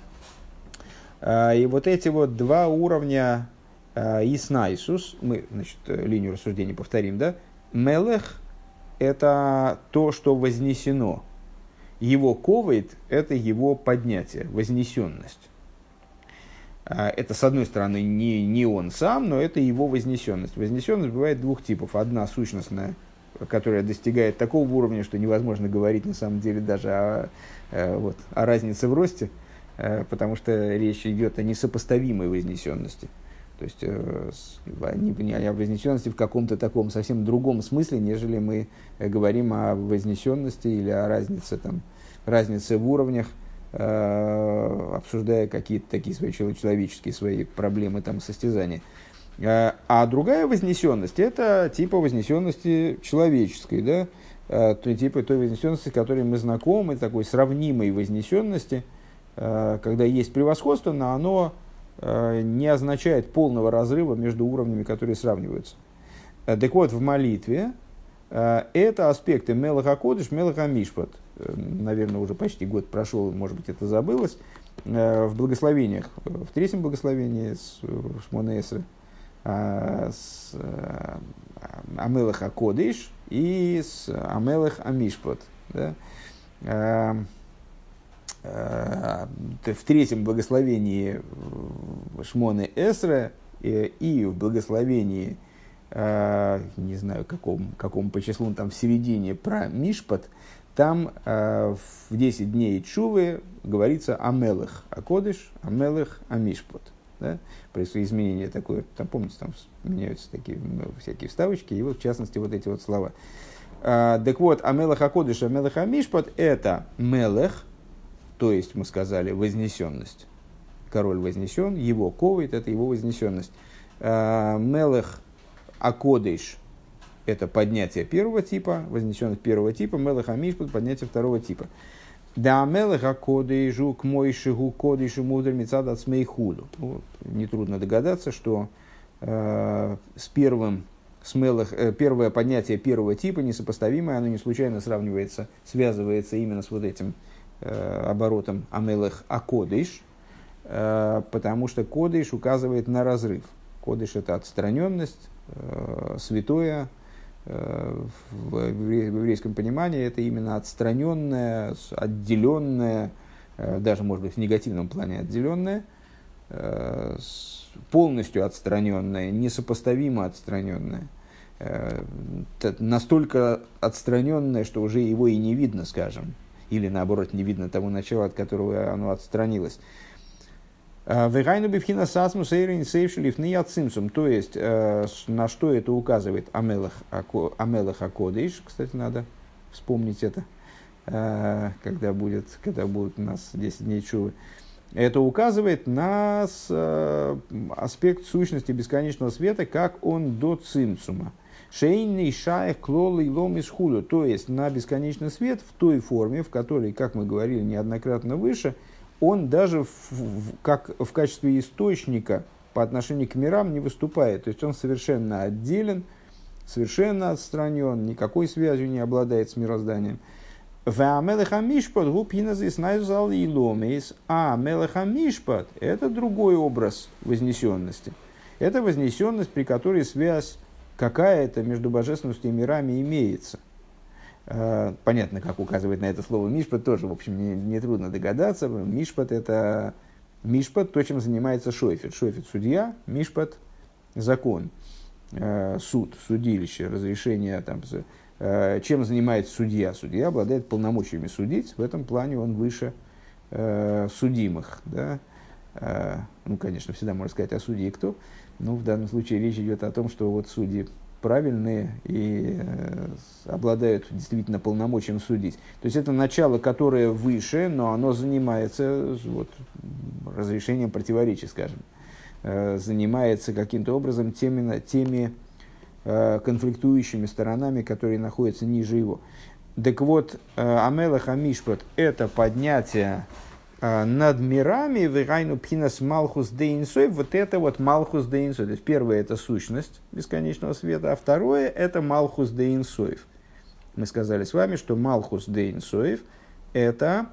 И вот эти вот два уровня иснайсус, мы, значит, линию рассуждений повторим, да? Мелех — это то, что вознесено. Его ковает — это его поднятие, вознесенность. Это, с одной стороны, не он сам, но это его вознесенность. Вознесенность бывает двух типов. Одна сущностная, которая достигает такого уровня, что невозможно говорить на самом деле даже о разнице в росте, потому что речь идет о несопоставимой вознесенности. То есть о вознесенности в каком-то таком совсем другом смысле, нежели мы говорим о вознесенности или о разнице в уровнях, обсуждая какие-то такие свои человеческие свои проблемы состязания. А другая вознесенность — это типа вознесенности человеческой, да? Типа той вознесенности, с которой мы знакомы, такой сравнимой вознесенности, когда есть превосходство, но оно не означает полного разрыва между уровнями, которые сравниваются. Так вот, в молитве Это аспекты Мелаха Кодыш, Мелаха Мишпат. Наверное, уже почти год прошел, может быть, это забылось. В благословениях, в третьем благословении с Шмона Эсре, с Амелах Акодыш и с Амелах Амишпат. Да? В третьем благословении Шмона Эсре и в благословении, не знаю, какому по числу, там в середине, про Мишпат, там в 10 дней Тшувы говорится о Мелах Акодыш, о Мелах Амишпот. Да? Происходит изменение такое, там, помните, там меняются такие всякие вставочки, и вот в частности вот эти вот слова. Так вот, Амелах Акодыш, Амелах Амишпот – это Мелах, то есть, мы сказали, вознесенность. Король вознесен, его ковает, это его вознесенность. Мелах Акодыш – это поднятие первого типа, вознесенность первого типа, Мелах Амишпот – поднятие второго типа. Да Мелах Акодышу к Мойшигу Кодышу мудр мецад от смейхуду. Нетрудно догадаться, что первое поднятие первого типа несопоставимое, оно не случайно связывается именно с вот этим оборотом Амелах Акодыш, потому что Кодыш указывает на разрыв. Кодыш – это отстраненность, святое. В еврейском понимании это именно отстраненное, отделенное, даже, может быть, в негативном плане отделенное, полностью отстраненное, несопоставимо отстраненное, настолько отстраненное, что уже его и не видно, скажем, или наоборот, не видно того начала, от которого оно отстранилось. То есть, на что это указывает Амелах Акодыш, кстати, надо вспомнить это, когда будут у нас 10 дней Тшувы. Это указывает на аспект сущности бесконечного света, как он до цимцума. Шейный шаях клолы лом из худу, то есть на бесконечный свет в той форме, в которой, как мы говорили неоднократно выше, он даже в качестве источника по отношению к мирам не выступает. То есть он совершенно отделен, совершенно отстранен, никакой связью не обладает с мирозданием. А Мелах Амишпат – это другой образ вознесенности. Это вознесенность, при которой связь какая-то между божественностью и мирами имеется. Понятно, как указывает на это слово Мишпат, тоже, в общем, нетрудно догадаться. Мишпат – это Мишпат, то, чем занимается Шойфет. Шойфет – судья, Мишпат – закон, суд, судилище, разрешение. Там, чем занимается судья? Судья обладает полномочиями судить, в этом плане он выше судимых. Да? Конечно, всегда можно сказать о судье кто, но в данном случае речь идет о том, что вот судьи правильные и обладают действительно полномочием судить. То есть это начало, которое выше, но оно занимается разрешением противоречий, скажем. Занимается каким-то образом теми конфликтующими сторонами, которые находятся ниже его. Так вот, Амелах Амишпат – это поднятие над мирами, вегайну пхинас малхус де инсоев, вот это вот малхус де инсоев. То есть первое – это сущность бесконечного света, а второе – это малхус де инсоев. Мы сказали с вами, что малхус де инсоев – это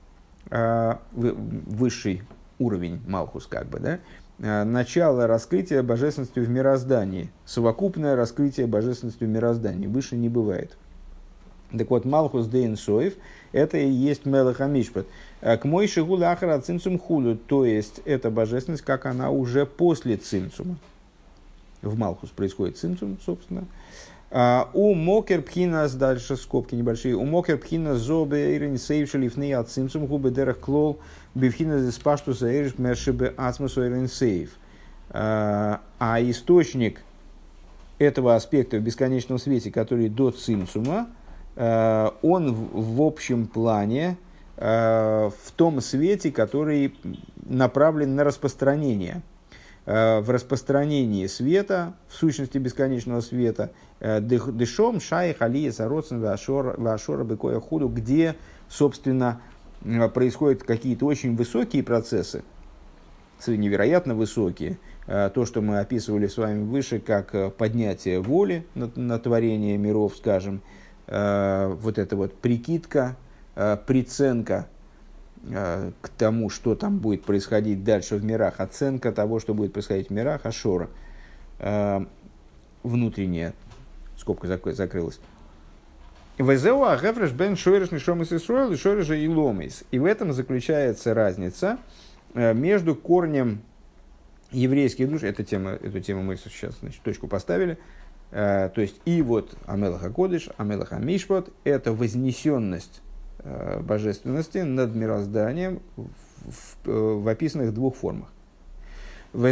высший уровень малхус, как бы, да? Начало раскрытия божественности в мироздании, совокупное раскрытие божественности в мироздании, выше не бывает. Так вот, Малхус де инсоев – это и есть Мелах Амишпат. К мой шигула ахара цимцум худу, то есть это божественность, как она уже после цимцума. В Малхус происходит цимцум, собственно. У мокер пхинас, дальше скобки небольшие, у мокер пхинас зобе ирин сейвшелив не от цимцум губы дерах клол бифхинас испаштуса ириш мершибе ацмусу ирин сейв. А источник этого аспекта в бесконечном свете, который до цимцума, он в общем плане в том свете, который направлен на распространение. В распространении света, в сущности бесконечного света, дышом, шайх, алия, сароцин, вашора, бекоя, худу, где, собственно, происходят какие-то очень высокие процессы, невероятно высокие, то, что мы описывали с вами выше, как поднятие воли на творение миров, скажем, вот эта вот прикидка, приценка к тому, что там будет происходить дальше в мирах, оценка того, что будет происходить в мирах, ашора, внутренняя, скобка закрылась. Везеу агефреш бен шойреш нишом из Исроэл и шойреша и ломис. И в этом заключается разница между корнем еврейских душ, эту тему мы сейчас, значит, точку поставили, то есть и вот Амелах ха-Кодеш, Амелах ха-Мишпот, это вознесенность божественности над мирозданием в описанных двух формах. В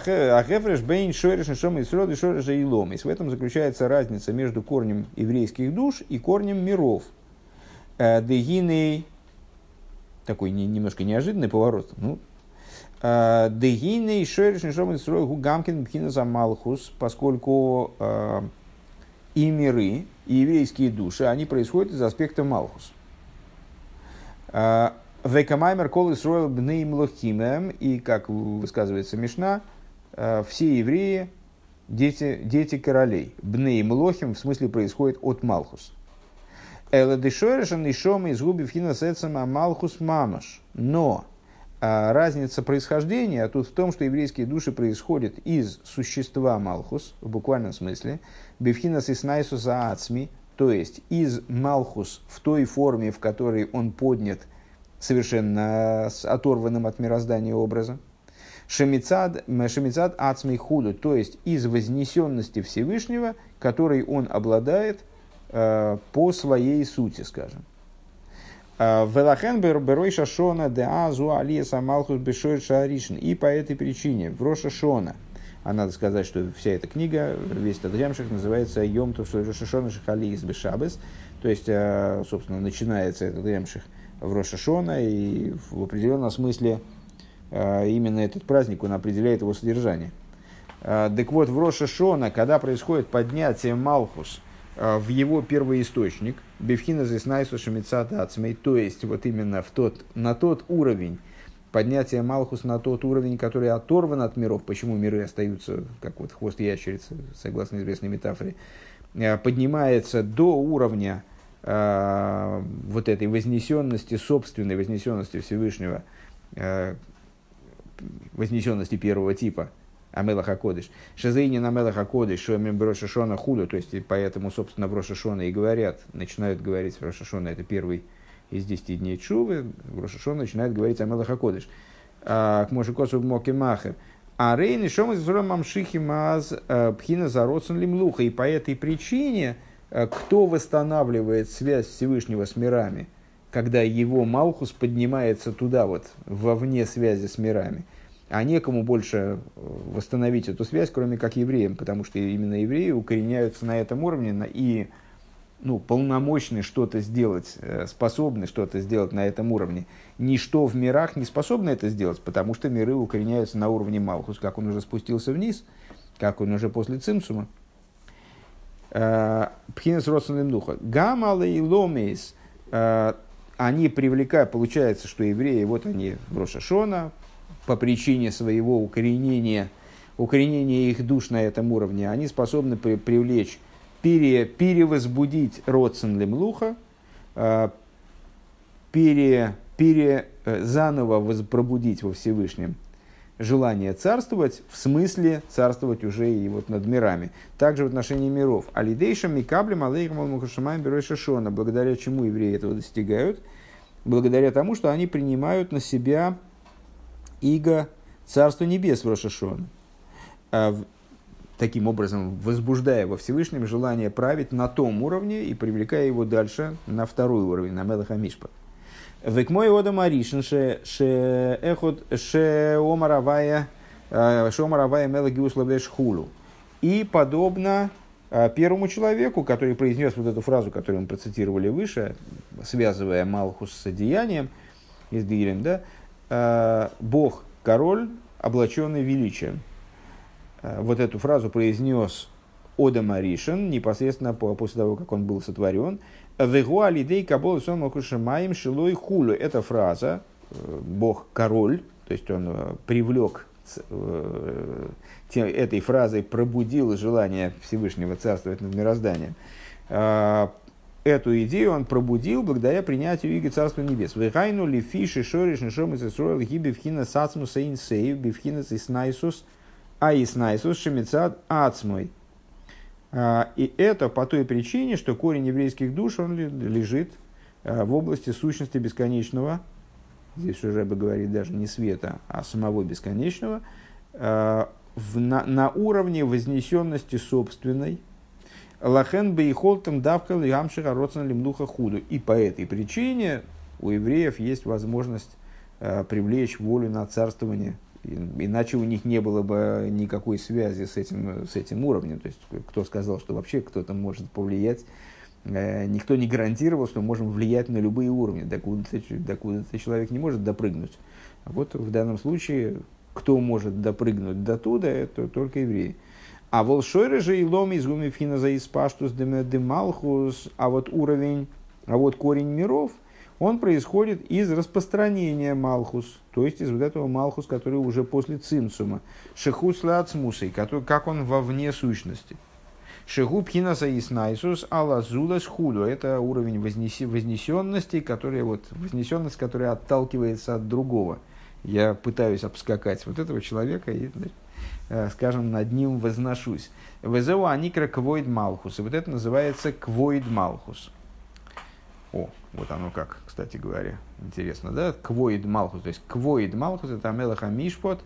этом заключается разница между корнем еврейских душ и корнем миров. Дегиней, такой немножко неожиданный поворот, Дегиней шойреш нишом исроэл гу гамкин бхина за малхус, поскольку и миры, и еврейские души, они происходят из аспекта малхус. Векамаймер кол исроэл бней млохимем, и, как высказывается Мишна, все евреи – дети королей. Бней млохим в смысле происходит от малхус. Эладешойрешен нишом из губи бхина сецама малхус мамаш. Но разница происхождения тут в том, что еврейские души происходят из существа Малхус, в буквальном смысле, бифхинас иснайсус аацми, то есть из Малхус в той форме, в которой он поднят совершенно оторванным от мироздания образом, шемицад ацми худу, то есть из вознесенности Всевышнего, которой он обладает по своей сути, скажем. Велахен берой шашона де азу алиеса малхус бешойр шааришин. И по этой причине в Рош ха-Шона, а надо сказать, что вся эта книга, весь этот ямших называется Йом Тов Рош ха-Шона шахалиес бешабес, то есть, собственно, начинается этот ямших в Рош ха-Шона, и в определенном смысле именно этот праздник, он определяет его содержание. Так вот, в Рош ха-Шона, когда происходит поднятие Малхус в его первоисточник, бифхина зиснайсу шемицат ацмей, то есть вот именно на тот уровень, поднятие Малхус на тот уровень, который оторван от миров, почему миры остаются, как вот хвост ящерицы, согласно известной метафоре, поднимается до уровня вот этой вознесенности, собственной вознесенности Всевышнего, вознесенности первого типа, Амелах ха-Кодеш. Шазейнин Амелах ха-Кодеш, шоэмим брош ха-Шона худу, то есть поэтому, собственно, в Рош ха-Шона и говорят, начинают говорить в Рош ха-Шона, это первый из 10 дней Тшувы, в Рош ха-Шона начинают говорить Амелах ха-Кодеш. К Моше Косу Моке Махер. А рейн и шом из мамшихи маз пхина зароцен лимлуха. И по этой причине, кто восстанавливает связь Всевышнего с мирами, когда его Малхус поднимается туда, вот, вовне связи с мирами, а некому больше восстановить эту связь, кроме как евреям, потому что именно евреи укореняются на этом уровне и полномочны что-то сделать, способны что-то сделать на этом уровне. Ничто в мирах не способно это сделать, потому что миры укореняются на уровне Малхус, как он уже спустился вниз, как он уже после Цимсума. Пхинес родственным духа. Гамала и ломейс, они привлекают, получается, что евреи, вот они в Рош ха-Шона, по причине своего укоренения их душ на этом уровне, они способны привлечь, перевозбудить родствен лемлуха, заново пробудить во Всевышнем желание царствовать, в смысле царствовать уже и вот над мирами. Также в отношении миров. Алидейшам и каблем алейхам алмухашамаем берой шашона. Благодаря чему евреи этого достигают? Благодаря тому, что они принимают на себя иго Царства Небес в Рош ха-Шона, таким образом возбуждая во Всевышнем желание править на том уровне и привлекая его дальше на второй уровень, на Мелах ха-Мишпат. Век мой одам аришен ше омаравая Мелах гиуславеш хулу. И подобно первому человеку, который произнес вот эту фразу, которую мы процитировали выше, связывая Малхус с одеянием, из Дилем, да, Бог, король, облаченный величием. Вот эту фразу произнес Одам аришен непосредственно после того, как он был сотворен. Вегу алидей кабол сон шилой хулю. Эта фраза, Бог, король, то есть он привлек этой фразой пробудил желание Всевышнего царствовать над мирозданием. Эту идею он пробудил благодаря принятию Иго Царства Небес. «Вэйхайну ли фиши шориш нишом из Исруэл ги бифхина сацмус эйнсейв бифхина иснайсус а иснайсус шемицад ацмой». И это по той причине, что корень еврейских душ он лежит в области сущности бесконечного, здесь уже Ребе говорит даже не света, а самого бесконечного, на уровне вознесенности собственной. Лахен бейхолтам давкал и амшиха родсен лимлуха худу. И по этой причине у евреев есть возможность привлечь волю на царствование. Иначе у них не было бы никакой связи с этим уровнем. То есть, кто сказал, что вообще кто-то может повлиять, никто не гарантировал, что мы можем влиять на любые уровни. Докуда-то человек не может допрыгнуть. А вот в данном случае, кто может допрыгнуть до туда, это только евреи. А волшойры же и ломи из гумифхина за испаштус демалхус, а вот корень миров, он происходит из распространения малхус, то есть из вот этого малхус, который уже после цимсума. Шехус лацмусой, как он вовне сущности. Шеху пхинаса иснайсус алазулас худу, это уровень вознесенности, вознесенность, которая отталкивается от другого. Я пытаюсь обскакать вот этого человека и, скажем, над ним возношусь. Везеу аникра квоид малхус. И вот это называется квоид малхус. О, вот оно как, кстати говоря. Интересно, да? Квоид малхус. То есть квоид малхус — это амелаха мишпот.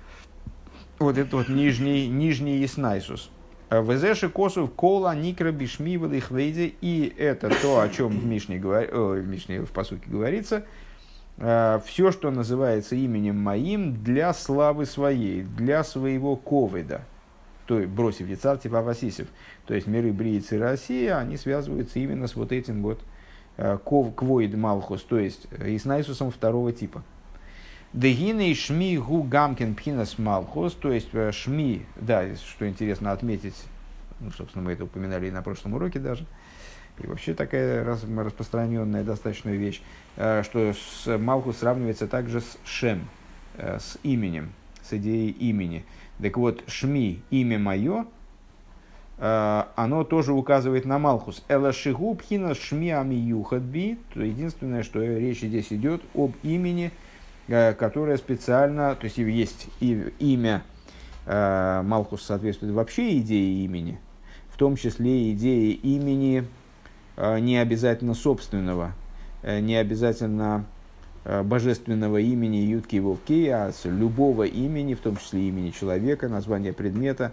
Вот это вот нижний иснайсус. Везеши косов кола никра бишми валихвейде. И это то, о чем в Мишне в пасуке говорится. Все, что называется именем моим, для славы своей, для своего ковида. То есть, бросив яцар типа васисев. То есть, миры Брииц и Россия, они связываются именно с вот этим вот квоид малхус, то есть, и с Найсусом второго типа. Дегины шми гу гамкин пхинас малхус, то есть, шми, да, что интересно отметить, собственно, мы это упоминали и на прошлом уроке даже, и вообще такая распространенная достаточно вещь, что Малхус сравнивается также с Шем, с именем, с идеей имени. Так вот, Шми, имя мое, оно тоже указывает на Малхус. Эла шигу пхина шми ами юхадби. Единственное, что речь здесь идет об имени, которое специально, то есть есть имя Малхус соответствует вообще идее имени, в том числе идее имени не обязательно собственного, не обязательно божественного имени Ютки и Вовки, а с любого имени, в том числе имени человека, названия предмета,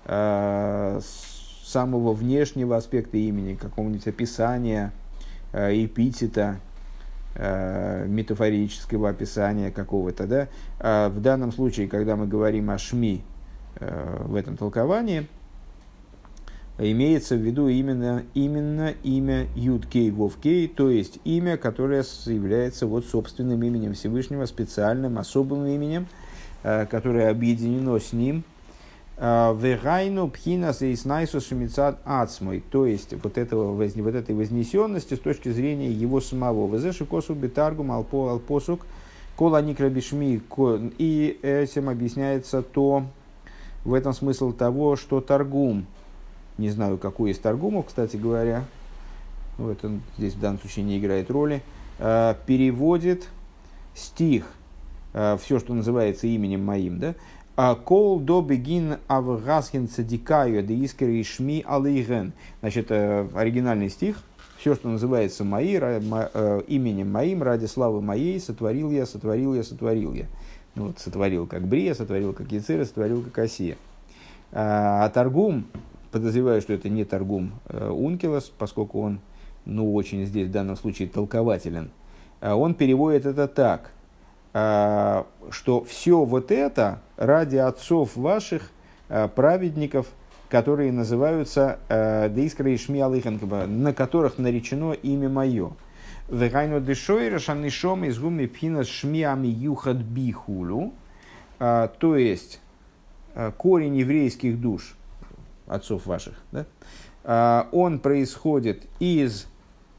самого внешнего аспекта имени, какого-нибудь описания, эпитета, метафорического описания какого-то. Да? В данном случае, когда мы говорим о Шми в этом толковании, имеется в виду именно имя Юд-Кей Вов-Кей, то есть имя, которое является вот собственным именем Всевышнего, специальным, особым именем, которое объединено с ним. Вегайну пхинас и снайсус шмицад ацмой, то есть вот этой вознесенности с точки зрения его самого. Везеши косу битаргум алпосук кола никрабишми, и этим объясняется то, в этом смысл того, что Таргум, не знаю, какой из Таргумов, кстати говоря, вот он здесь в данном случае не играет роли, переводит стих, все, что называется именем моим, да, «Кол до бегин авгасхин цадикаю де искри шми алейген». Значит, оригинальный стих, все, что называется именем моим, ради славы моей, сотворил я. Ну, вот, сотворил как Брия, сотворил как Яцира, сотворил как Осия. А Таргум, подозреваю, что это не Таргум Ункилос, поскольку он, очень здесь в данном случае толкователен. Он переводит это так, что все вот это ради отцов ваших, праведников, которые называются Деискра и Шми Алыхан, на которых наречено имя мое. Вегайну дешойра шанишом из гуми пхинас шмиами юхад бихулу, то есть корень еврейских душ, отцов ваших, да, он происходит из...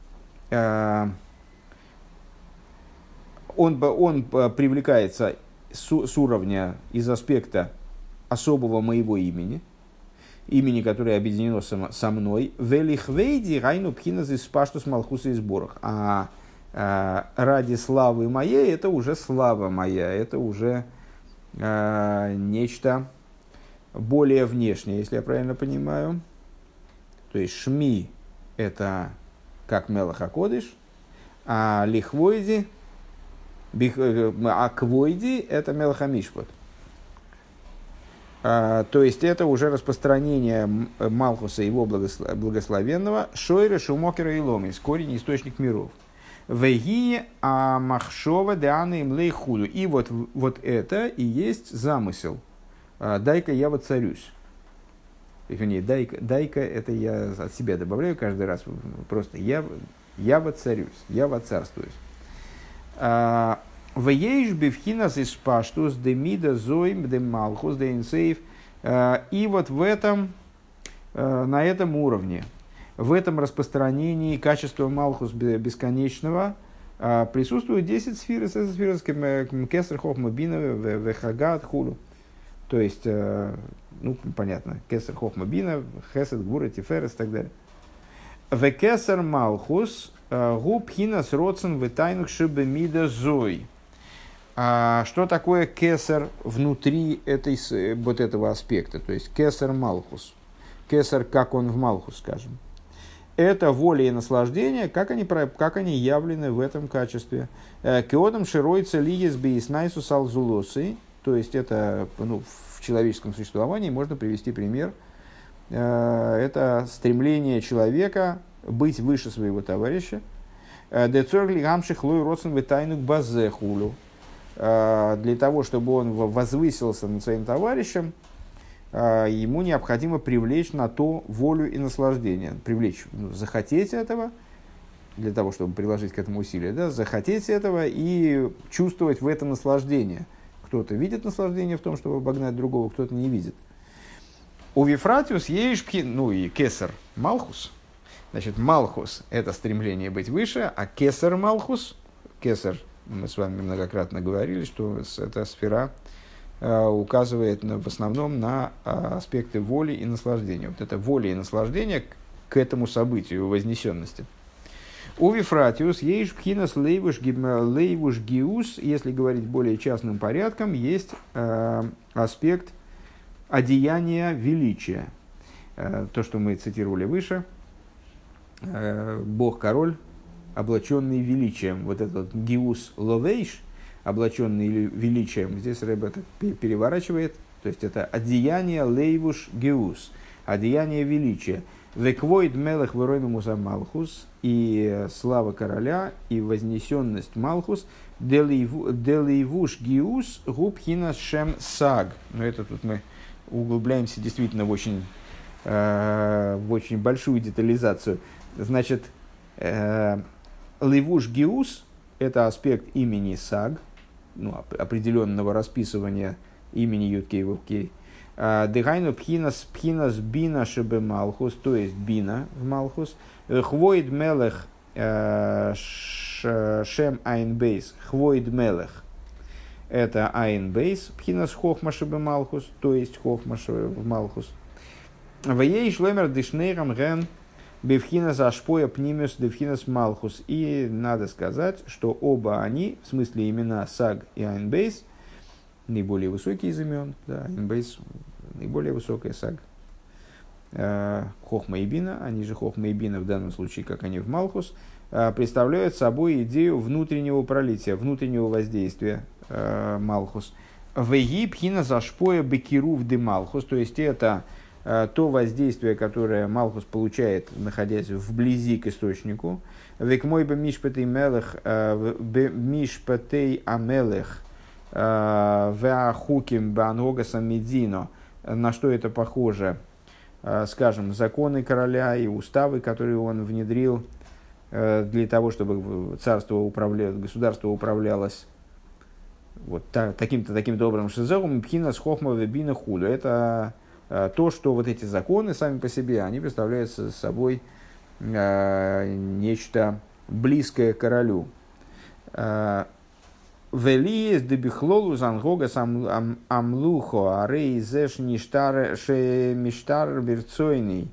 Он привлекается с уровня, из аспекта особого моего имени, имени, которое объединено со мной, велихвейди райну пхинас из паштус малхуса и сборах. А ради славы моей, это уже слава моя, это уже нечто более внешнее, если я правильно понимаю. То есть шми – это как мелах акодыш, а лихвойди, аквойди – это мелах амишпот. То есть это уже распространение Малхуса, его благословенного, шойра шумокера и ломис, корень, источник миров. Вегие амахшова деаны им лейхуду. И вот это и есть замысел. Дай-ка я воцарюсь. Вернее, дай-ка это я от себя добавляю каждый раз. Просто я воцарюсь, я воцарствуюсь. Вееш бифхинас из паштус демида зоим демалхус деинсейв. И вот в этом, на этом уровне, в этом распространении качества Малхус бесконечного присутствуют 10 сфер, кесар хохма бина вехагат хулу. То есть, ну, понятно, кесар хохма бина, хесед, гура, тиферес и так далее. Векесар Малхус губ хинас родсен витайнух шибе мида зой. Что такое кесар внутри вот этого аспекта? То есть кесар Малхус. Кесар, как он в Малхус, скажем. Это воля и наслаждение, как они явлены в этом качестве. Кеодам широйца лиес бейснайсу салзулосы. То есть это, ну, в человеческом существовании можно привести пример. Это стремление человека быть выше своего товарища. Децоргли гамших лой родсен витайнук базехулю. Для того, чтобы он возвысился над своим товарищем, ему необходимо привлечь на то волю и наслаждение. Привлечь, захотеть этого, для того, чтобы приложить к этому усилия, да, захотеть этого и чувствовать в этом наслаждение. Кто-то видит наслаждение в том, чтобы обогнать другого, кто-то не видит. У Вифратиус есть, ну и кесар Малхус. Значит, Малхус – это стремление быть выше, а кесар Малхус, кесар, мы с вами многократно говорили, что эта сфера указывает в основном на аспекты воли и наслаждения. Вот это воля и наслаждение к этому событию вознесенности. У Вифратиус есть пхинас лейвуш гиус, если говорить более частным порядком, есть аспект одеяния величия. То, что мы цитировали выше, Бог-король, облаченный величием. Вот этот гиус ловейш, облаченный величием, здесь Рэбе это переворачивает, то есть это одеяние лейвуш геус, одеяние величия. Веквойд мелech веройну муза малхус, и слава короля, и вознесенность малхус, делейвуш геус губхина шем саг. Но это тут мы углубляемся действительно в очень большую детализацию. Значит, лейвуш геус – это аспект имени саг, ну, определенного расписывания имени Юткей Вовкей. Дыхайну пхинас бина шебе малхус, то есть бина в малхус. Хвоид мелех шем айн бейс. Хвоид мелех – это айн бейс. Пхинас хохма шебе малхус, то есть хохма в малхус. Ваей шлемер дышнейрам ген бевхинас ашпоя пнимиус девхинас малхус. И надо сказать, что оба они, в смысле имена саг и айн бейс, наиболее высокие из имен, да, Инбейс наиболее высокая саг. Хохма и бина, они же хохма и бина в данном случае, как они в Малхус, представляют собой идею внутреннего пролития, внутреннего воздействия Малхус. Веги пхина зашпоя бекирув де Малхус, то есть это то воздействие, которое Малхус получает, находясь вблизи к источнику. Век мой бы мишпатей мелех, мишпатей амелех, веахуким баногасам медино. На что это похоже? Скажем, законы короля и уставы, которые он внедрил для того, чтобы государство управлялось вот таким-то образом. Шизерум пхина с хохма вебина худу. Это то, что вот эти законы сами по себе, они представляют собой нечто близкое к королю. Велиес дебихлолу зангога амлухо арей зеш ништар миштар берцойный.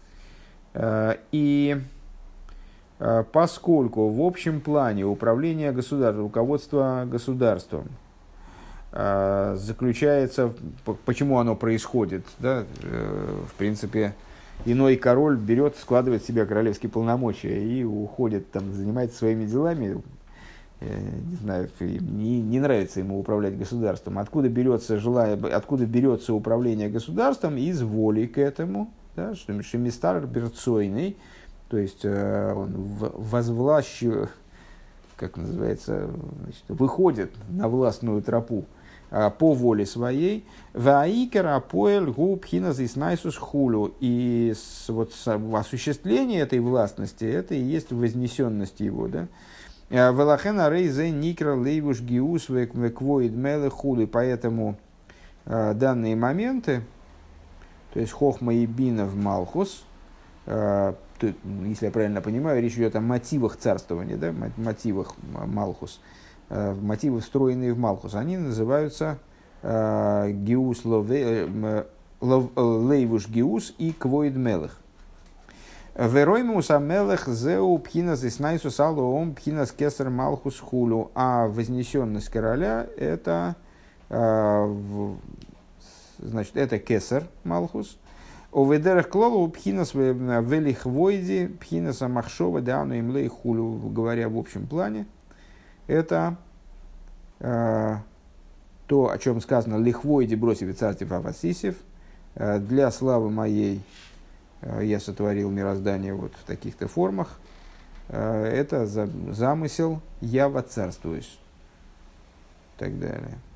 И поскольку в общем плане управление государством, руководство государством заключается, почему оно происходит, да, в принципе, иной король берет, складывает в себя королевские полномочия и уходит, там, занимается своими делами, не знаю, не нравится ему управлять государством. Откуда берется управление государством? Из воли к этому, да, что Шемистар берцойный, то есть он возвлащу, как называется, значит, выходит на властную тропу по воле своей. Ваикер апоэль гу пхинас иснайсус хулю. И вот осуществление этой властности, это и есть вознесенность его, да. Велахена рейзе никра лейвуш гиус веквоид меле хули. Поэтому данные моменты, то есть хохма и бина в малхус, если я правильно понимаю, речь идет о мотивах царствования, да, мотивах малхус, мотивы, встроенные в малхус, они называются гиус лейвуш гиус и квоид мелех. Вероймус амелех зеу пхинас иснайсус алоом пхинас кесар малхус хулю. А вознесенность короля это, значит, это кесар малхус. Оведерах клолу пхинас велихвойди пхинаса махшова даану имлей хулю. Говоря в общем плане, это то, о чем сказано лихвойди бросив царств авасисев, для славы моей я сотворил мироздание вот в таких-то формах. Это замысел, я воцарствуюсь. И так далее.